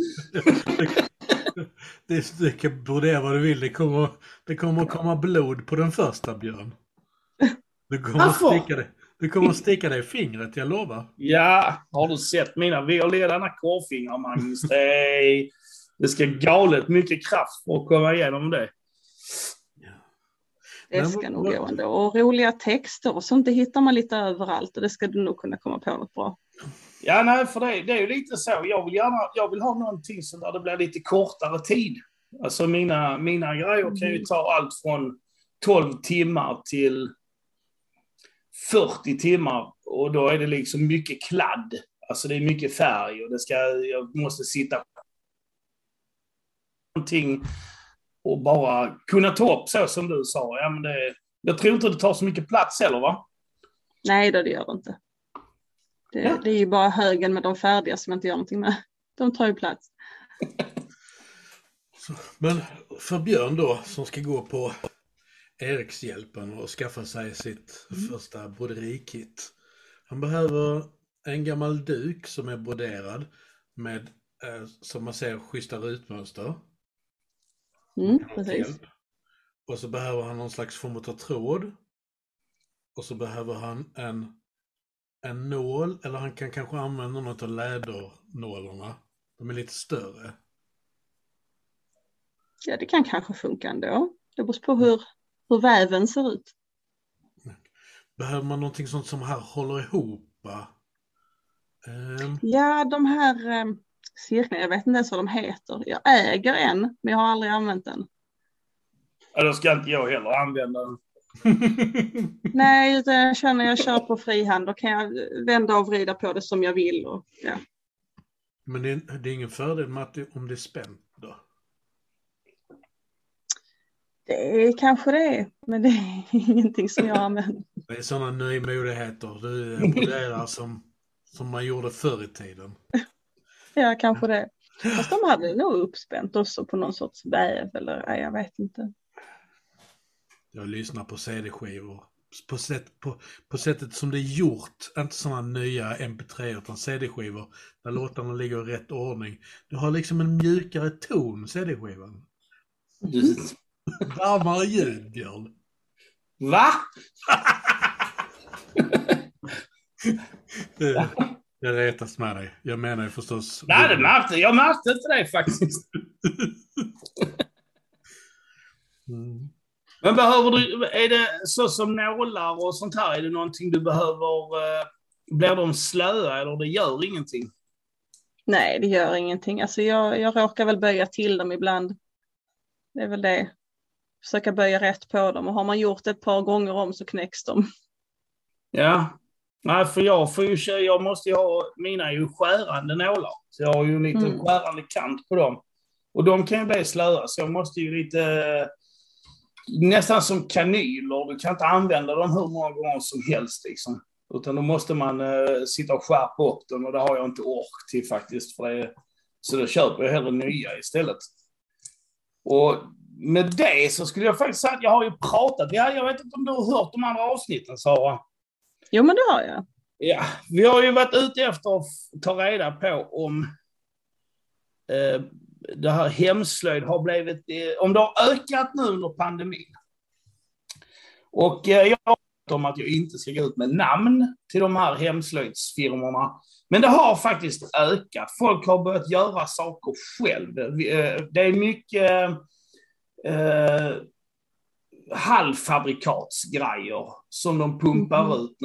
Du kan brodera vad du vill. Det kommer att komma blod på den första, Björn. Du kommer att sticka dig i fingret, jag lovar. Ja, har du sett mina violena korvfingrar, Magnus? Det ska galet mycket kraft för att komma igenom det. Det ska nog gå ändå. Och roliga texter och sånt, det hittar man lite överallt. Och det ska du nog kunna komma på något bra. Ja, nej, för det är ju lite så. Jag vill ha någonting som där det blir lite kortare tid. Alltså mina grejer kan ju ta allt från 12 timmar till 40 timmar. Och då är det liksom mycket kladd. Alltså det är mycket färg och jag måste sitta någonting och bara kunna ta upp så som du sa. Ja, men jag tror inte det tar så mycket plats heller, va? Nej, det gör det inte. Det är ju bara högen med de färdiga som inte gör någonting med. De tar ju plats. Men för Björn då, som ska gå på Erikshjälpen och skaffa sig sitt första broderikit. Han behöver en gammal duk som är broderad med, som man ser, schyssta rutmönster. Precis. Och så behöver han någon slags form av tråd. Och så behöver han en nål, eller han kan kanske använda något av lädernålarna. De är lite större. Ja, det kan kanske funka ändå. Det beror på hur väven ser ut. Behöver man någonting sånt som här håller ihop? Ja, de här cirklarna, jag vet inte ens vad de heter. Jag äger en, men jag har aldrig använt den. Ja, då ska inte jag heller använda den. Nej, utan jag känner jag kör på frihand. Då kan jag vända och vrida på det som jag vill. Och, ja. Men det är ingen fördel med om det är spänt då? Det är kanske det, men det är ingenting som jag använder. Det är sådana nymodigheter. Du broderar som man gjorde förr i tiden. Ja, kanske det. Fast de hade nog uppspänt också på någon sorts väv eller nej, jag vet inte. Jag lyssnar på CD-skivor. På sättet som det är gjort. Inte sådana nya MP3 utan CD-skivor. Där låtarna ligger i rätt ordning. Du har liksom en mjukare ton, CD-skivan. Varmare ljud, Björn. Va? Jag retas med dig. Jag menar ju förstås... Nej, jag märkte inte det faktiskt. Men behöver du... Är det så som nålar och sånt här? Är det någonting du behöver... Blir de slöa eller det gör ingenting? Nej, det gör ingenting. Alltså jag råkar väl böja till dem ibland. Det är väl det. Försöka böja rätt på dem. Och har man gjort ett par gånger om så knäcks de. Ja. Nej, för jag måste ju ha... Mina är ju skärande nålar. Så jag har ju en liten skärande kant på dem. Och de kan ju bli slöa. Så jag måste ju lite... Nästan som kanyler. Du kan inte använda dem hur många gånger som helst liksom. Utan då måste man sitta och skärpa upp dem. Och det har jag inte ork till faktiskt. Så då köper jag hellre nya istället. Och med det så skulle jag faktiskt säga att jag har ju pratat. Jag vet inte om du har hört de andra avsnitten, Sara. Jo, men det har jag. Ja, vi har ju varit ute efter att ta reda på om det här hemslöjd har blivit, om det har ökat nu under pandemin. Och jag har pratat om att jag inte ska gå ut med namn till de här hemslöjdsfirmorna. Men det har faktiskt ökat. Folk har börjat göra saker själv. Det är mycket halvfabrikatsgrejer som de pumpar ut nu.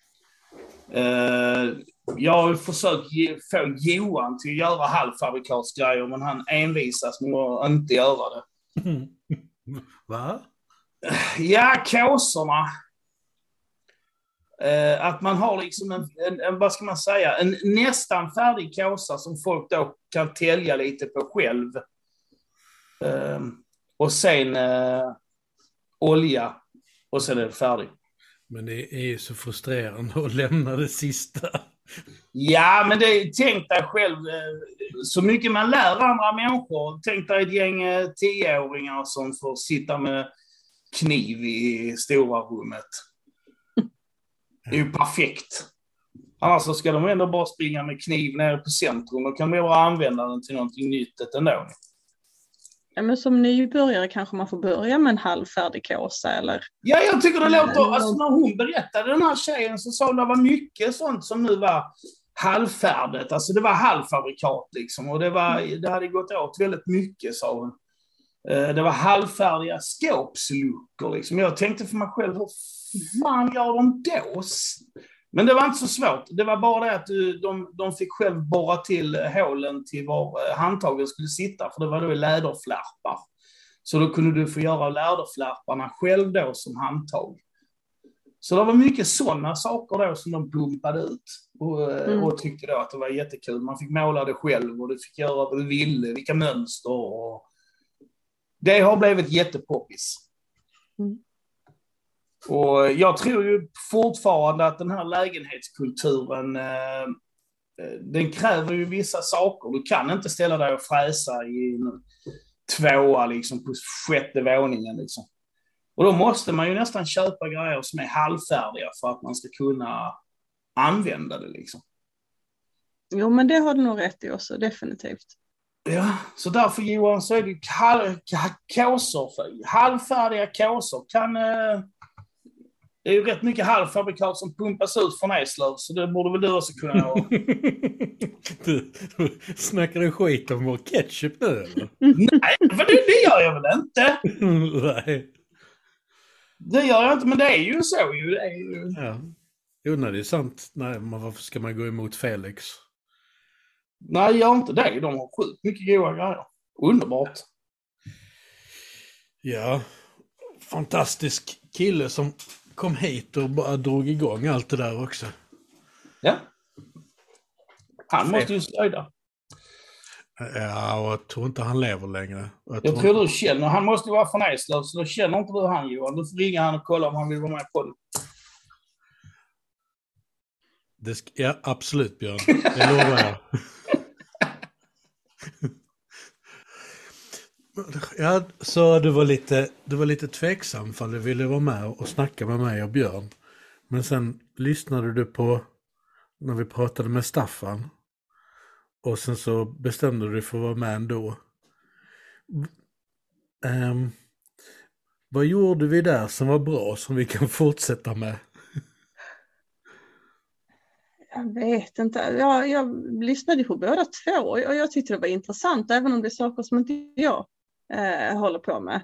Jag har försökt få Johan till att göra halvfabrikatsgrejer, men han envisas med att inte göra det. Va? Ja, kåsorna. Att man har liksom en vad ska man säga, en nästan färdig kåsa som folk då kan tälja lite på själv. Och sen olja och sen är det färdig. Men det är ju så frustrerande att lämna det sista. Ja, men tänk dig själv, så mycket man lär andra människor. Tänk dig ett gäng 10-åringar som får sitta med kniv i stora rummet. Det är ju perfekt. Annars så ska de ändå bara springa med kniv nere på centrum. Då kan vi bara använda den till någonting nyttigt ändå. Ja, men som nybörjare kanske man får börja med en halvfärdig kåsa eller... Ja, jag tycker det låter... Alltså när hon berättade, den här tjejen, så sa hon att det var mycket sånt som nu var halvfärdigt. Alltså det var halvfabrikat liksom. Och det hade gått åt väldigt mycket, sa hon. Det var halvfärdiga skåpsluckor liksom. Jag tänkte för mig själv, hur fan gör de då? Men det var inte så svårt. Det var bara det att de fick själv borra till hålen till var handtagen skulle sitta. För det var då i läderflärpar. Så då kunde du få göra läderflärparna själv då som handtag. Så det var mycket sådana saker då som de pumpade ut. Och tyckte då att det var jättekul. Man fick måla det själv och du fick göra vad du ville. Vilka mönster. Och det har blivit jättepoppis. Och jag tror ju fortfarande att den här lägenhetskulturen, den kräver ju vissa saker. Du kan inte ställa dig och fräsa i en tvåa liksom, på 6:e våningen. Liksom. Och då måste man ju nästan köpa grejer som är halvfärdiga för att man ska kunna använda det. Liksom. Jo, men det har du nog rätt i också, definitivt. Ja, så därför Johan så är det ju kåsor. Halvfärdiga kåsor kan... Det är ju rätt mycket halvfabrikat som pumpas ut från Eslöv, så det borde väl du också kunna göra. Du snackar du skit om vår ketchup nu eller? Nej, för det gör jag väl inte. Nej. Det gör jag inte, men det är ju så. Det är ju... Ja. Jo, nej, det är sant. Nej, men varför ska man gå emot Felix? Nej, gör inte det. De har sjukt mycket goda grejer. Underbart. Ja, fantastisk kille som kom hit och bara drog igång allt det där också. Ja. Han måste ju slöjda. Ja, och jag tror inte han lever längre. Jag tror du känner. Han måste ju vara från Eslöv, så då känner inte du han, Johan. Du får ringa han och kolla om han vill vara med på det. Ja, absolut, Björn. Det lovar jag. Ja, så du var lite tveksam för du ville vara med och snacka med mig och Björn. Men sen lyssnade du på när vi pratade med Staffan. Och sen så bestämde du dig för att vara med ändå. Vad gjorde vi där som var bra som vi kan fortsätta med? Jag vet inte. Jag lyssnade på båda två och jag tyckte det var intressant, även om det är saker som inte jag håller på med.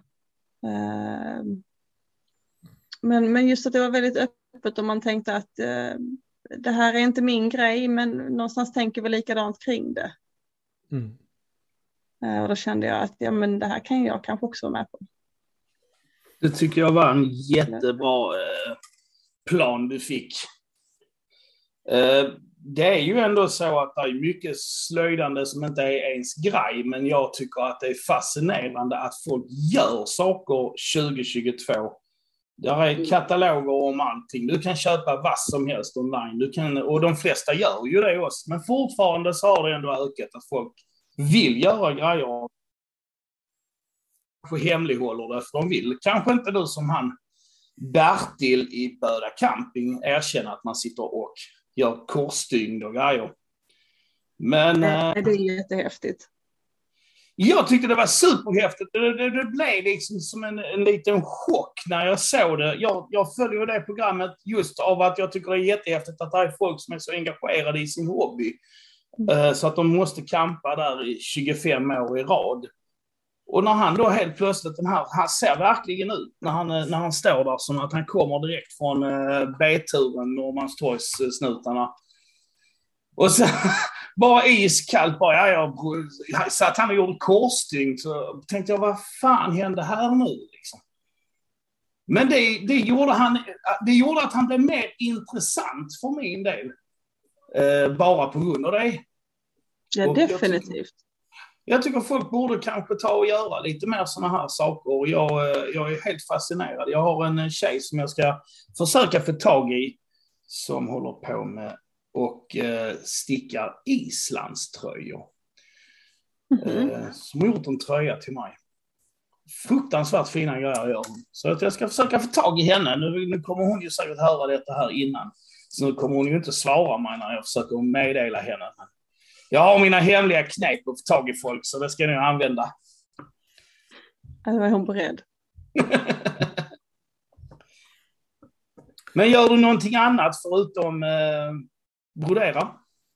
Men just att det var väldigt öppet och man tänkte att det här är inte min grej, men någonstans tänker vi likadant kring det. Och då kände jag att men det här kan jag kanske också vara med på. Det tycker jag var en jättebra plan du fick. Det är ju ändå så att det är mycket slöjdande som inte är ens grej, men jag tycker att det är fascinerande att folk gör saker 2022. Där är kataloger om allting. Du kan köpa vad som helst online. Och de flesta gör ju det också. Men fortfarande så har det ändå ökat att folk vill göra grejer. Kanske hemlighåller det för de vill. Kanske inte du som han Bertil i Böda camping erkänner att man sitter och gör korsstygn och grejer. Men Det är jättehäftigt. jag tyckte det var superhäftigt. Det blev liksom som en liten chock när jag såg det. Jag följer det programmet just av att jag tycker det är jättehäftigt att det är folk som är så engagerade i sin hobby. Så att de måste kampa där i 25 år i rad. Och när han då helt plötsligt, han ser verkligen ut när han står där som att han kommer direkt från B-turen, Norrmalmstorgssnutarna. Och så bara iskallt, jag satt han och gjorde korsstygn, så tänkte jag, vad fan hände här nu liksom? Men det gjorde att han blev mer intressant för min del. Bara på grund av det. Ja, definitivt. Jag tycker folk borde kanske ta och göra lite mer såna här saker. Och jag är helt fascinerad. Jag har en tjej som jag ska försöka få tag i som håller på med och stickar islandströjor. Som har gjort en tröja till mig. Fruktansvärt fina grejer gör hon. Så att jag ska försöka få tag i henne. Nu kommer hon ju säkert höra detta här innan. Så nu kommer hon ju inte svara mig när jag försöker meddela henne. Jag har mina hemliga knep att få tag i folk, så det ska jag använda. Då är hon beredd. Men gör du någonting annat förutom brodera?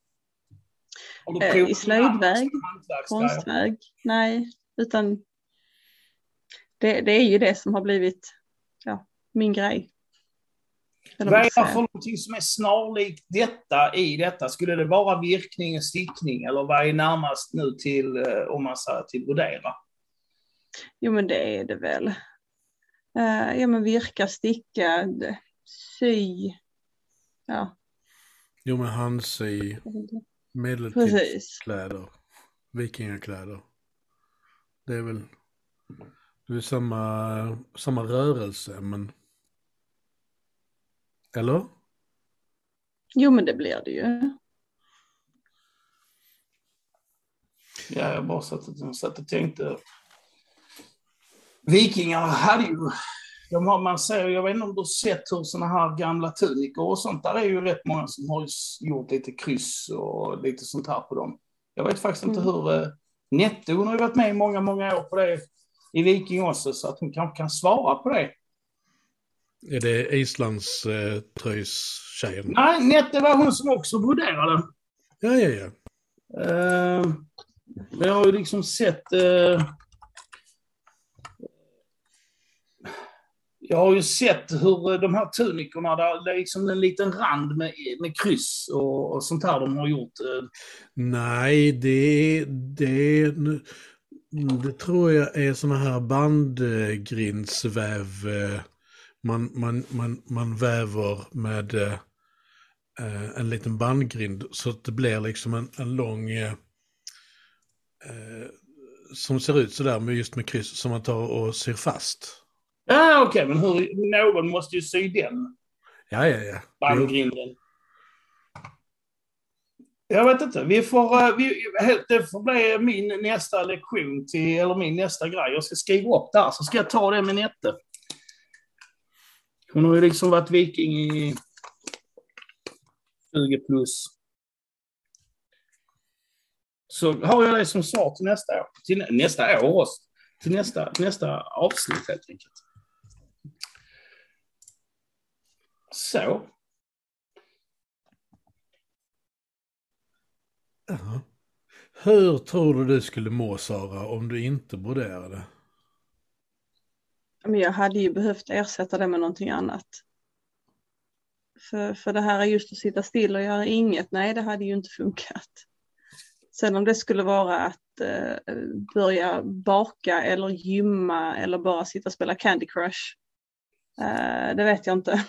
I slöjdväg, konstväg? Nej, utan det är ju det som har blivit min grej. Vad är det för någonting som är snarlikt detta i detta? Skulle det vara virkning och stickning, eller vad är närmast nu till, om man säger till brodera? Jo, men det är det väl. Men virka, sticka, sy. Ja. Jo, men handsy, medeltidskläder, vikingakläder. Det är väl samma rörelse, men... Eller? Jo, men det blir det ju. Ja, jag bara satt och tänkte. Vikingar hade ju... man säger, jag vet inte om du har sett hur såna här gamla tunikor och sånt. Där är ju rätt många som har gjort lite kryss och lite sånt här på dem. Jag vet faktiskt inte hur... Nette, hon har ju varit med i många, många år på det i Viking också, så att hon kanske kan svara på det. Är det Islands tröjstjejen? Nej, Nette var hon som också broderade. Ja. Men jag har ju liksom sett... jag har ju sett hur de här tunikorna, där det är liksom en liten rand med kryss och sånt här de har gjort. Nej, det tror jag är såna här bandgrindsväv. Man väver med en liten bandgrind så att det blir liksom en lång som ser ut sådär med kryss som man tar och syr fast. Ja, okej, men någon måste ju sy den. Ja. Bandgrinden. Jag vet inte, det får bli min nästa lektion eller min nästa grej. Jag ska skriva upp där, så ska jag ta det med Nette. Hon har ju liksom varit viking i 20 plus. Så har jag det som svar till nästa år. Till nästa avsnitt helt enkelt. Så. Ja. Hur tror du skulle må, Sara, om du inte broderade? Men jag hade ju behövt ersätta det med någonting annat. För det här är just att sitta still och göra inget. Nej, det hade ju inte funkat. Sen om det skulle vara att börja baka eller gymma eller bara sitta och spela Candy Crush. Det vet jag inte.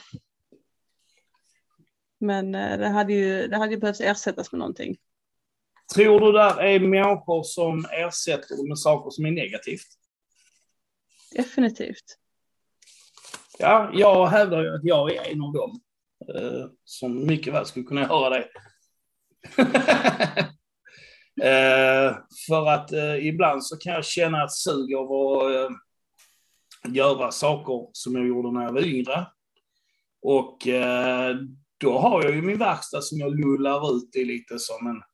Men det hade ju behövt ersättas med någonting. Tror du där är människor som ersätter med saker som är negativt? Definitivt. Ja, jag hävdar ju att jag är en av dem som mycket väl skulle kunna göra det. För att ibland så kan jag känna ett sug av att göra saker som jag gjorde när jag var yngre. Och då har jag ju min verkstad som jag lullar ut i lite som en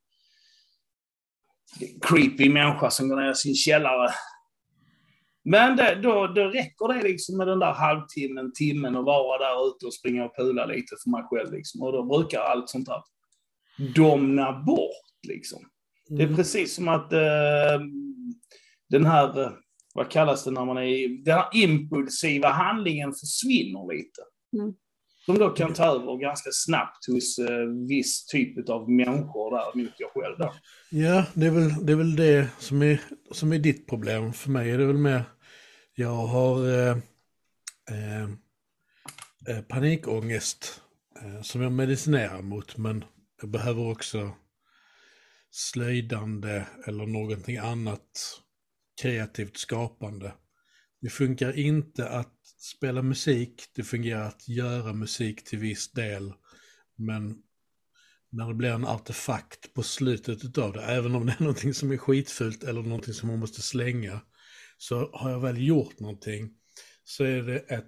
creepy människa som går ner i sin källare. Men då räcker det liksom med den där timmen och vara där ute och springa och pula lite för mig själv. Liksom. Och då brukar allt sånt där domna bort. Liksom. Det är precis som att den här, vad kallas det när man är, den här impulsiva handlingen försvinner lite. Som då kan ta över ganska snabbt hos viss typ av människor där mot jag själv då. Ja, det är väl det som är ditt problem. För mig är det väl mer, jag har panikångest som jag medicinerar mot, men jag behöver också slöjdande eller någonting annat kreativt skapande. Det funkar inte att spela musik, det fungerar att göra musik till viss del, men när det blir en artefakt på slutet av det, även om det är någonting som är skitfult eller någonting som man måste slänga, så har jag väl gjort någonting, så är det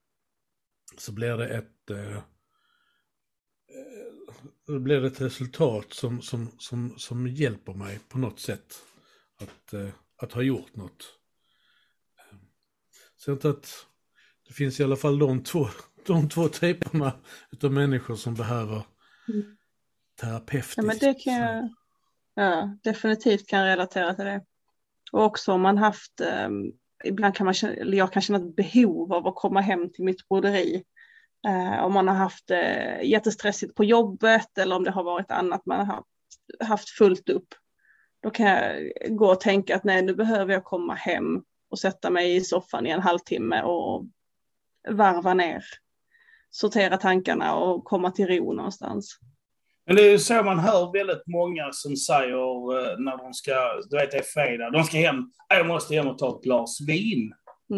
då blir det ett resultat som hjälper mig på något sätt att ha gjort något. Så att det finns i alla fall de två typerna av människor som behöver terapeutiskt. Ja, men det kan jag definitivt kan relatera till det. Och också om man haft, ibland kan jag kan känna ett behov av att komma hem till mitt broderi. Om man har haft jättestressigt på jobbet eller om det har varit annat man har haft fullt upp. Då kan jag gå och tänka att nej, nu behöver jag komma hem och sätta mig i soffan i en halvtimme och varva ner, sortera tankarna och komma till ro någonstans. Men det är ju så man hör väldigt många som säger när de ska, du vet det är fredag, de ska hem, jag måste hem och ta ett glas vin.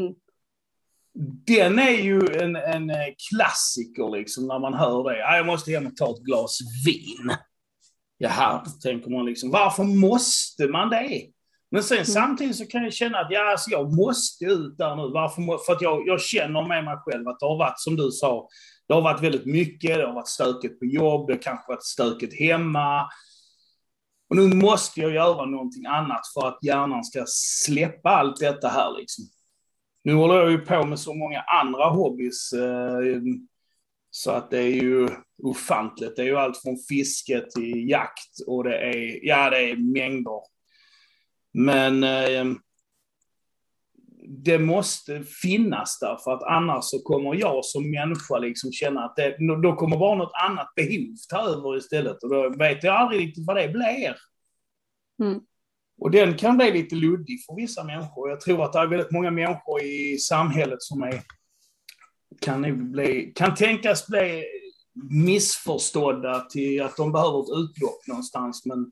Den är ju en klassiker liksom när man hör det. Jag måste hem och ta ett glas vin. Jaha, tänker man liksom, varför måste man det? Men sen samtidigt så kan jag känna att jag måste ut där nu. Varför? För att jag känner med mig själv att det har varit, som du sa, det har varit väldigt mycket, det har varit stökigt på jobb, det har kanske varit stökigt hemma. Och nu måste jag göra någonting annat för att hjärnan ska släppa allt detta här liksom. Nu håller jag ju på med så många andra hobbys så att det är ju ofantligt. Det är ju allt från fiske till jakt och det är mängder. Men det måste finnas där för att annars så kommer jag som människa liksom känna att då kommer bara något annat behov ta över istället och då vet jag aldrig riktigt vad det blir. Och den kan bli lite luddig för vissa människor. Jag tror att det är väldigt många människor i samhället som kan tänkas bli missförstådda till att de behöver ett utlopp någonstans. Men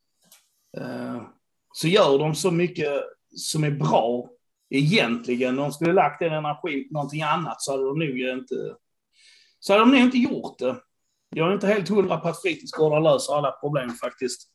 så gör de så mycket som är bra egentligen. Om de skulle lagt den energin på någonting annat så hade de nog inte gjort det. Jag är inte helt 100 på att fritidsgårdar löser alla problem faktiskt.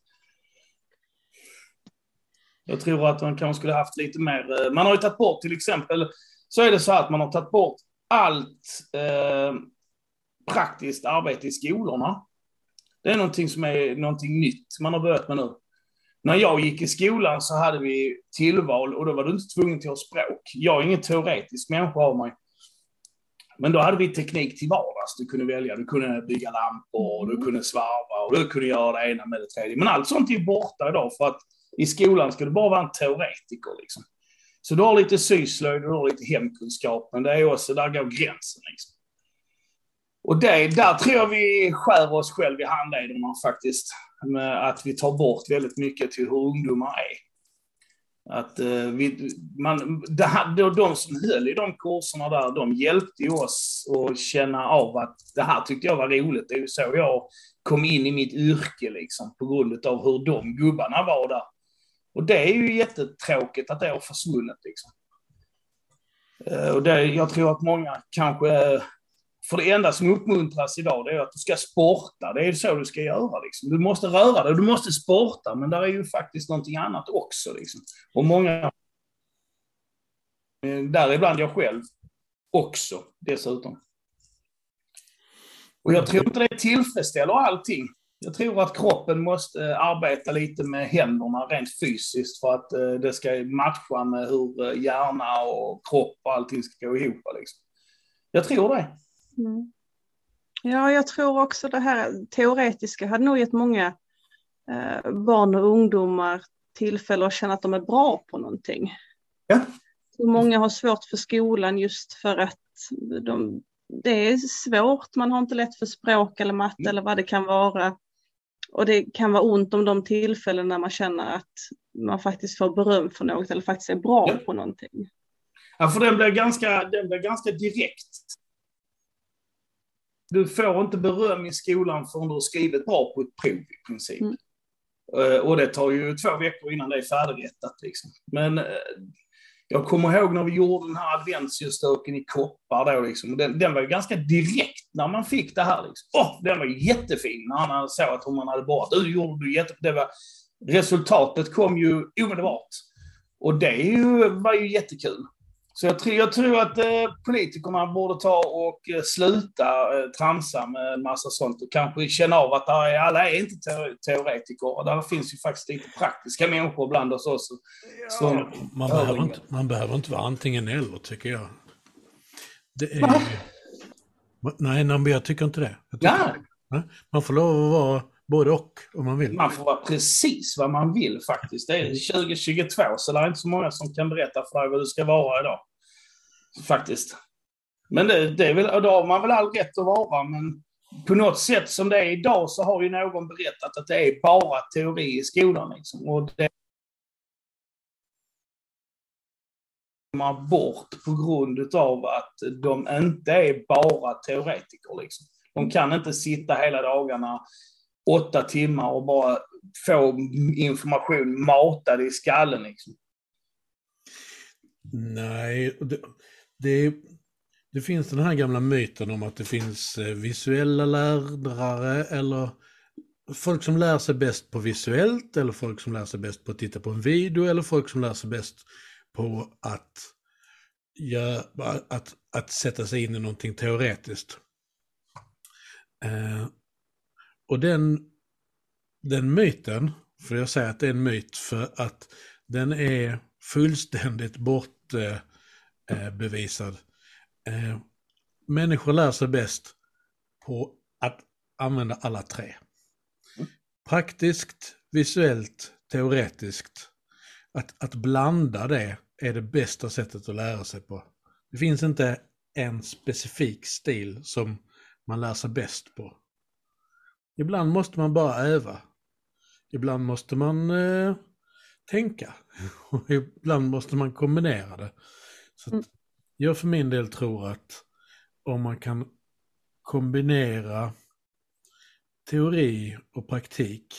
Jag tror att man kanske skulle haft lite mer. Man har ju tagit bort till exempel, så är det så att man har tagit bort allt praktiskt arbete i skolorna. Det är någonting som är någonting nytt man har börjat med nu. När jag gick i skolan så hade vi tillval och då var du inte tvungen till att ha språk. Jag är ingen teoretisk människa av mig. Men då hade vi teknik till vardags. Du kunde välja, du kunde bygga lampor, du kunde svarva och du kunde göra det ena med det tredje. Men allt sånt är borta idag för att i skolan ska du bara vara en teoretiker liksom. Så du har lite syslöjd och du har lite hemkunskap, men det är också, där går gränsen liksom. Och där tror jag vi skär oss själv i handlederna faktiskt, med att vi tar bort väldigt mycket till hur ungdomar är. Att de som höll i de kurserna där, de hjälpte oss att känna av att det här tyckte jag var roligt. Det är ju så jag kom in i mitt yrke liksom, på grund av hur de gubbarna var där. Och det är ju jättetråkigt att det har försvunnit liksom. Och jag tror att många kanske, för det enda som uppmuntras idag det är att du ska sporta. Det är så du ska göra liksom. Du måste röra dig, du måste sporta, men där är ju faktiskt någonting annat också liksom. Och många, däribland jag själv också dessutom. Och jag tror inte det tillfredsställer allting. Jag tror att kroppen måste arbeta lite med händerna rent fysiskt för att det ska matcha med hur hjärna och kropp och allting ska gå ihop. Liksom. Jag tror det. Mm. Ja, jag tror också det här teoretiska hade nog gett många barn och ungdomar tillfälle att känna att de är bra på någonting. Ja. Så många har svårt för skolan just för att det är svårt, man har inte lätt för språk eller matte eller vad det kan vara. Och det kan vara ont om de tillfällen när man känner att man faktiskt får beröm för något eller faktiskt är bra på någonting. Ja, för den blir ganska direkt. Du får inte beröm i skolan förrän du har skrivit bra på ett prov i princip. Mm. Och det tar ju 2 veckor innan det är färdigrättat. Liksom. Men jag kommer ihåg när vi gjorde den här adventsljusstaken i koppar då. Liksom. Den var ju ganska direkt när man fick det här. Liksom. Den var jättefin när han såg att man hade bra. Du gjorde du jättefin. Resultatet kom ju omedelbart. Och det var ju jättekul. Så jag tror att politikerna borde ta och sluta tramsa med en massa sånt och kanske känna av att alla är inte teoretiker. Och där finns ju faktiskt lite praktiska människor bland oss också. Ja, man behöver inte vara antingen eller, tycker jag. Det är... Nej, jag tycker inte det. Man får lov att vara både och om man vill. Man får vara precis vad man vill faktiskt. Det är 2022 så det är inte så många som kan berätta för dig vad du ska vara idag. Faktiskt. Men det är väl, då har man väl all rätt att vara, men på något sätt som det är idag så har ju någon berättat att det är bara teori i skolan. Liksom. Och det man bort på grund av att de inte är bara teoretiker. Liksom. De kan inte sitta hela dagarna 8 timmar och bara få information matad i skallen. Liksom. Nej, det finns den här gamla myten om att det finns visuella lärare eller folk som lär sig bäst på visuellt eller folk som lär sig bäst på att titta på en video eller folk som lär sig bäst på att sätta sig in i någonting teoretiskt. Och den myten, för jag säger att det är en myt för att den är fullständigt bortbevisad. Människor lär sig bäst på att använda alla 3. Praktiskt, visuellt, teoretiskt. Att blanda det är det bästa sättet att lära sig på. Det finns inte en specifik stil som man lär sig bäst på. Ibland måste man bara öva. Ibland måste man tänka. Och ibland måste man kombinera det. Så att jag för min del tror att om man kan kombinera teori och praktik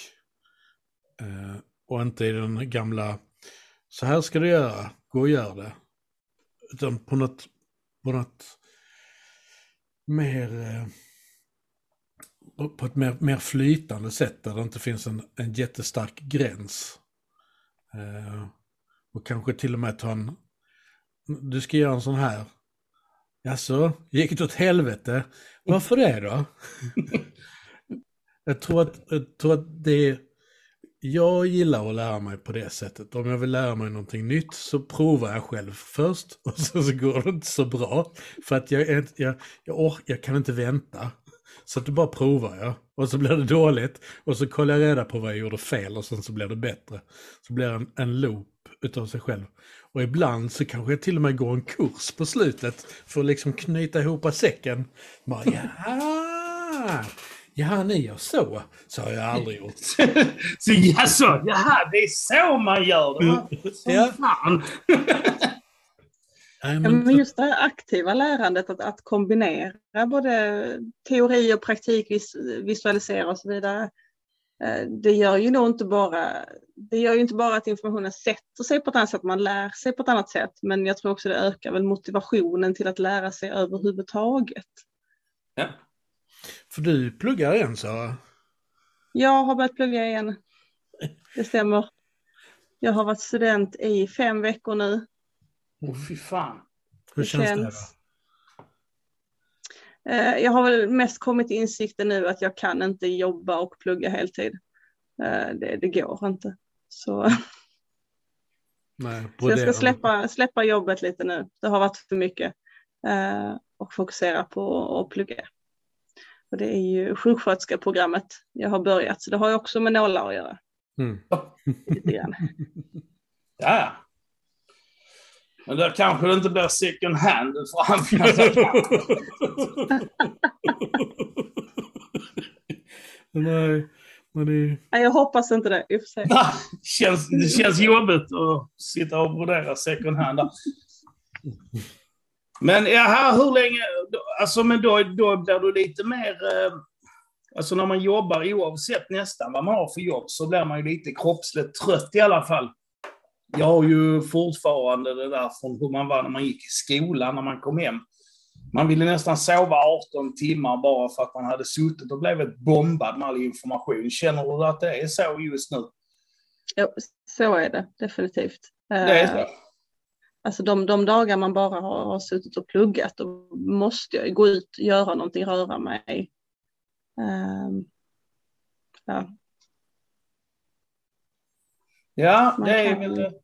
och inte i den gamla så här ska du göra, gå och gör det. Utan på något mer på ett mer flytande sätt där det inte finns en jättestark gräns. Och kanske till och med du ska göra en sån här. Jaså, gick det åt helvete? Varför det då? Jag tror att det jag gillar att lära mig på det sättet. Om jag vill lära mig någonting nytt så provar jag själv först och så går det inte så bra. För att jag kan inte vänta. Så att då bara provar jag. Och så blir det dåligt. Och så kollar jag reda på vad jag gjorde fel och sen så blir det bättre. Så blir det en loop utav sig själv. Och ibland så kanske jag till och med går en kurs på slutet för att liksom knyta ihop säcken. Bara, ja, ni gör så har jag aldrig gjort. Så det är så man gör det. Så fan. Men just det här aktiva lärandet, att kombinera både teori och praktik, visualisera och så vidare. Det gör ju inte bara att informationen sätter sig på ett annat sätt, man lär sig på ett annat sätt, men jag tror också det ökar väl motivationen till att lära sig överhuvudtaget. Ja. För du pluggar igen, Sara? Jag har börjat plugga igen. Det stämmer. Jag har varit student i 5 veckor nu. Fy fan. Hur känns det då? Jag har väl mest kommit till insikten nu att jag kan inte jobba och plugga heltid. Det går inte. Så, Nej, så jag ska släppa jobbet lite nu. Det har varit för mycket. Och fokusera på att plugga. Och det är ju sjuksköterskeprogrammet jag har börjat. Så det har ju också med nålar att göra. Lite grann. Ja. Men där kanske det inte blir second hand fram. Nej, men det... Nej, jag hoppas inte det. I och för sig. Det känns jobbigt att sitta och brodera second hand där. Men hur länge... Alltså, men då blir du lite mer... Alltså när man jobbar, oavsett nästan vad man har för jobb, så blir man ju lite kroppsligt trött i alla fall. Jag har ju fortfarande det där från hur man var när man gick i skolan, när man kom hem. Man ville nästan sova 18 timmar bara för att man hade suttit och blivit bombad med all information. Känner du att det är så just nu? Ja, så är det definitivt. Det är så. Alltså de dagar man bara har suttit och pluggat, då måste jag gå ut, göra någonting, röra mig. Ja. Ja, det är väl...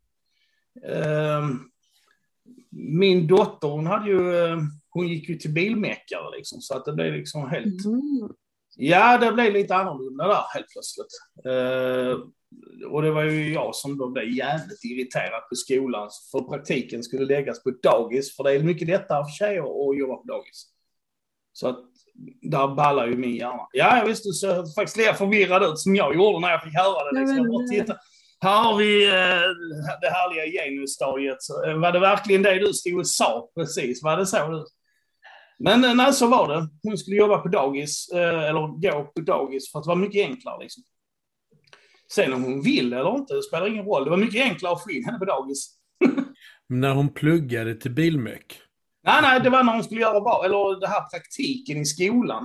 min dotter, hon gick ju till bilmäckare liksom, så att det blev liksom helt... Ja, det blev lite annorlunda där helt plötsligt. Och det var ju jag som då blev jävligt irriterad på skolan, för praktiken skulle läggas på dagis, för det är mycket lättare för tjejer att jobba på dagis. Så att där ballar ju min hjärna. Ja, jag visste, så faktiskt lite förvirrad ut som jag gjorde när jag fick höra det. Liksom. Och titta, här har vi det härliga genusstadiet. Var det verkligen det du stod och sa precis? Var det så? Men nej, så var det. Hon skulle jobba på dagis, eller gå på dagis, för att det var mycket enklare. Liksom. Sen om hon vill eller inte, det spelar ingen roll. Det var mycket enklare att få in henne på dagis. När hon pluggade till bilmek? Nej, det var när hon skulle göra eller det här praktiken i skolan.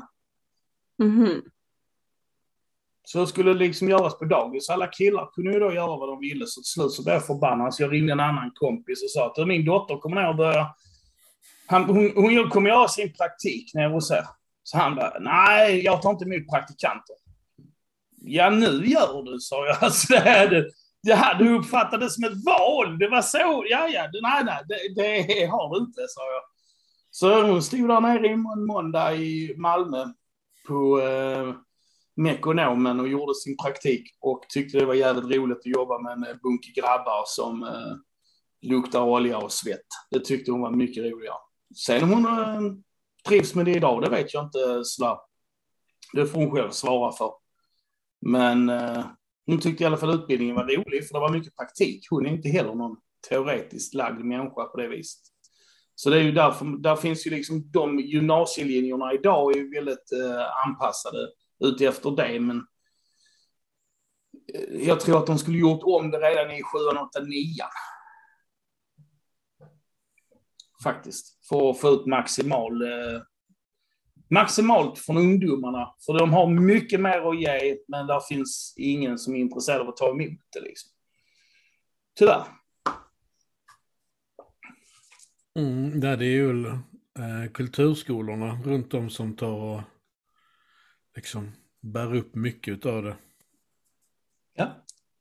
Så skulle det liksom göras på dagis. Alla killar kunde ju då göra vad de ville, så till slut så blev jag förbannad. Så jag ringde en annan kompis och sa att min dotter kommer ner och börja... Hon kommer göra sin praktik nere hos er. Så han bara, nej, jag tar inte emot praktikanter. Ja, nu gör du, sa jag. Alltså, det hade du uppfattat som ett val. Det var så, nej, det har du inte, sa jag. Så hon stod där nere i måndag i Malmö på Mekonomen och gjorde sin praktik och tyckte det var jävligt roligt att jobba med en bunke grabbar som luktar olja och svett. Det tyckte hon var mycket roligare. Sen hon trivs med det idag, det vet jag inte. Det får hon själv svara för. Men hon tyckte i alla fall utbildningen var rolig, för det var mycket praktik. Hon är inte heller någon teoretiskt lagd människa på det viset. Så det är ju därför, där finns ju liksom de gymnasielinjerna idag är ju väldigt anpassade ut efter det, men jag tror att de skulle gjort om det redan i 7-8-9. Faktiskt, för att få ut maximalt från ungdomarna. För de har mycket mer att ge, men där finns ingen som är intresserad av att ta emot det liksom. Tyvärr. Det är ju kulturskolorna runt om som tar och liksom bär upp mycket av det. Ja.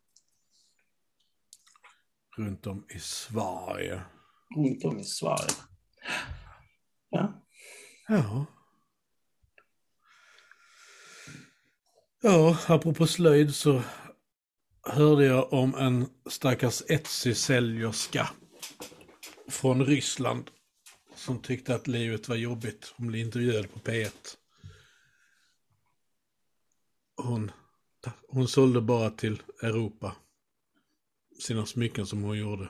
Runt om i Sverige. Runt om i Sverige. Ja. Ja. Ja, apropå slöjd så hörde jag om en stackars Etsy-säljerska från Ryssland som tyckte att livet var jobbigt. Hon blev intervjuad på P1. Hon sålde bara till Europa sina smycken som hon gjorde.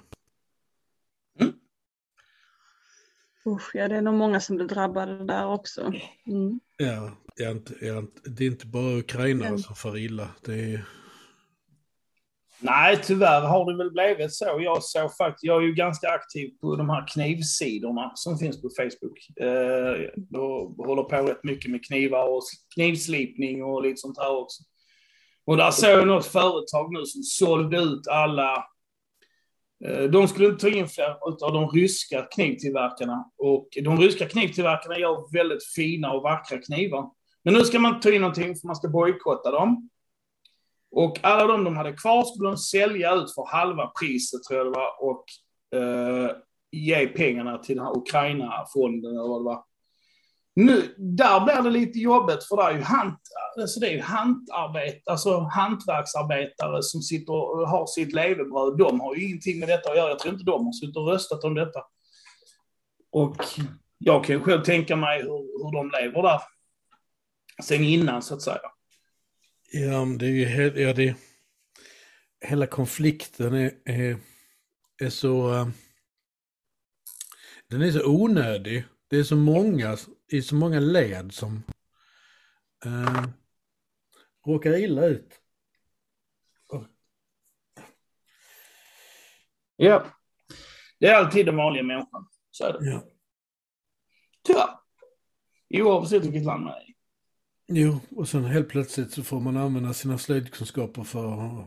Ja, det är nog många som blir drabbade där också. Ja, det är inte bara ukrainare som får illa. Det är... Nej, tyvärr har det väl blivit så. Jag är ju ganska aktiv på de här knivsidorna som finns på Facebook. Jag håller på rätt mycket med knivar och knivslipning och lite sånt här också. Och där såg jag något företag nu som sålde ut alla De skulle inte ta in fler av de ryska knivtillverkarna. Och de ryska knivtillverkarna gör väldigt fina och vackra knivar. Men nu ska man ta in någonting för man ska bojkotta dem. Och alla de hade kvar skulle de sälja ut för halva priset, tror jag det var. Och ge pengarna till den här Ukraina-fonden eller vad det var. Nu, där blir det lite jobbigt för det är ju hantverksarbetare som sitter och har sitt levebröd. De har ju ingenting med detta att göra. Jag tror inte de har suttit och röstat om detta. Och jag kan ju själv tänka mig hur de lever där sen innan, så att säga. Ja, det är ju hela konflikten är så den är så onödig. Det är så många i så många led som råkar illa ut. Ja, det är alltid den vanliga människan. Så är det. Ja. Tyvärr. Oavsett vilket land man är i. Jo, och sen helt plötsligt så får man använda sina slöjdkunskaper för att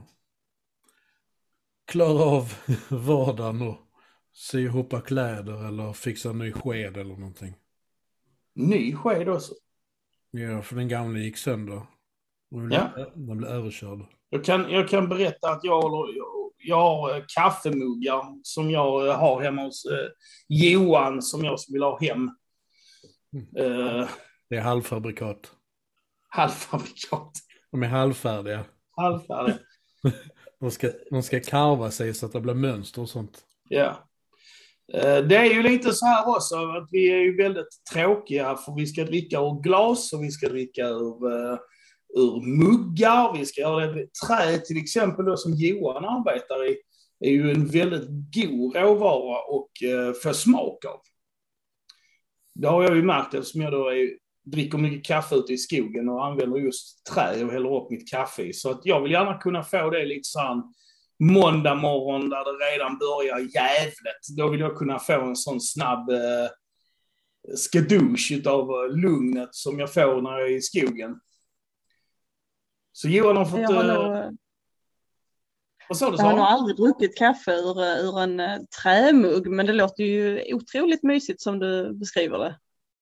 klara av vardagen och sy ihop kläder eller fixa en ny sked eller någonting. Ny sked också? Ja, för den gamla gick sönder. Och den blev överkörd. Jag kan berätta att jag har kaffemuggar som jag har hemma hos Johan som jag vill ha hem. Det är halvfabrikat. Halvfabrikat. De är halvfärdiga. Halvfärdiga. de ska karva sig så att det blir mönster och sånt. Ja. Det är ju lite så här också att vi är ju väldigt tråkiga, för vi ska dricka ur glas och vi ska dricka ur muggar. Vi ska göra det med trä till exempel då, som Johan arbetar i. Är ju en väldigt god råvara och få smak av. Det har jag ju märkt eftersom jag då dricker mycket kaffe ute i skogen och använder just trä och häller upp mitt kaffe i. Så att jag vill gärna kunna få det lite sån måndag morgon där det redan börjar jävligt. Då vill jag kunna få en sån snabb skadouche av lugnet som jag får när jag är i skogen. Så Johan har fått... Vad sa du? Jag har nog aldrig druckit kaffe ur en trämugg, men det låter ju otroligt mysigt som du beskriver det.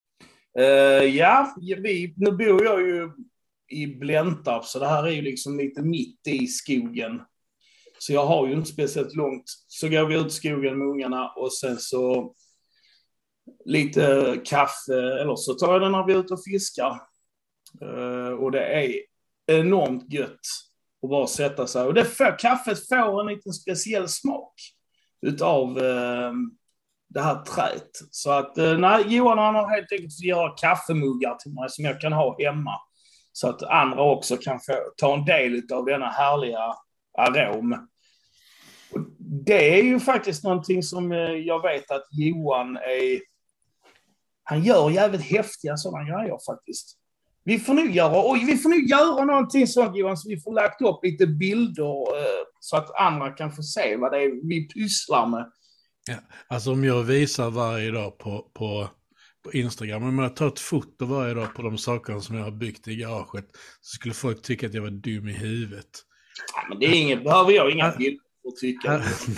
Nu bor jag ju i Blentarp, så det här är ju liksom lite mitt i skogen. Så jag har ju inte speciellt långt. Så går vi ut i skogen med ungarna och sen så lite kaffe, eller så tar jag den när vi är ute och fiskar. Och det är enormt gött att bara sätta sig. Och kaffet får en liten speciell smak utav det här träet. Så att Johan han har helt enkelt att göra kaffemuggar till mig som jag kan ha hemma. Så att andra också kan få ta en del av denna härliga arom. Och det är ju faktiskt någonting som jag vet att Johan han gör jävligt häftiga sådana grejer faktiskt. Vi får nu göra någonting sånt, Johan, så vi får lagt upp lite bilder så att andra kan få se vad det är vi pysslar med. Ja, alltså om jag visar varje dag på Instagram, om jag tar ett foto varje dag på de sakerna som jag har byggt i garaget, så skulle folk tycka att jag var dum i huvudet. Ja, men det är behöver jag inga bilder att tycka.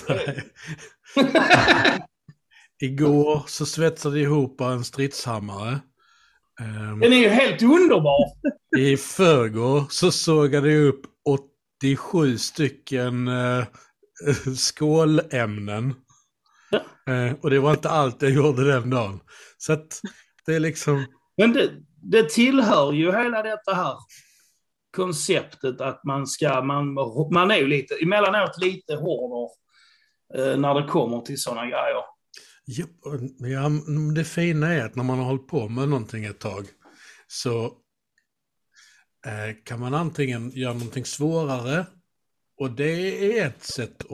Igår så svetsade jag ihop en stridshammare. Den är ju helt underbar. I förrgår så sågade jag upp 87 stycken skålämnen. Och det var inte allt jag gjorde den dagen. Så att det är liksom... Men det tillhör ju hela detta här konceptet att man är ju lite, emellanåt lite hårdare när det kommer till sådana grejer. Ja, det fina är att när man har hållit på med någonting ett tag så kan man antingen göra någonting svårare, och det är ett sätt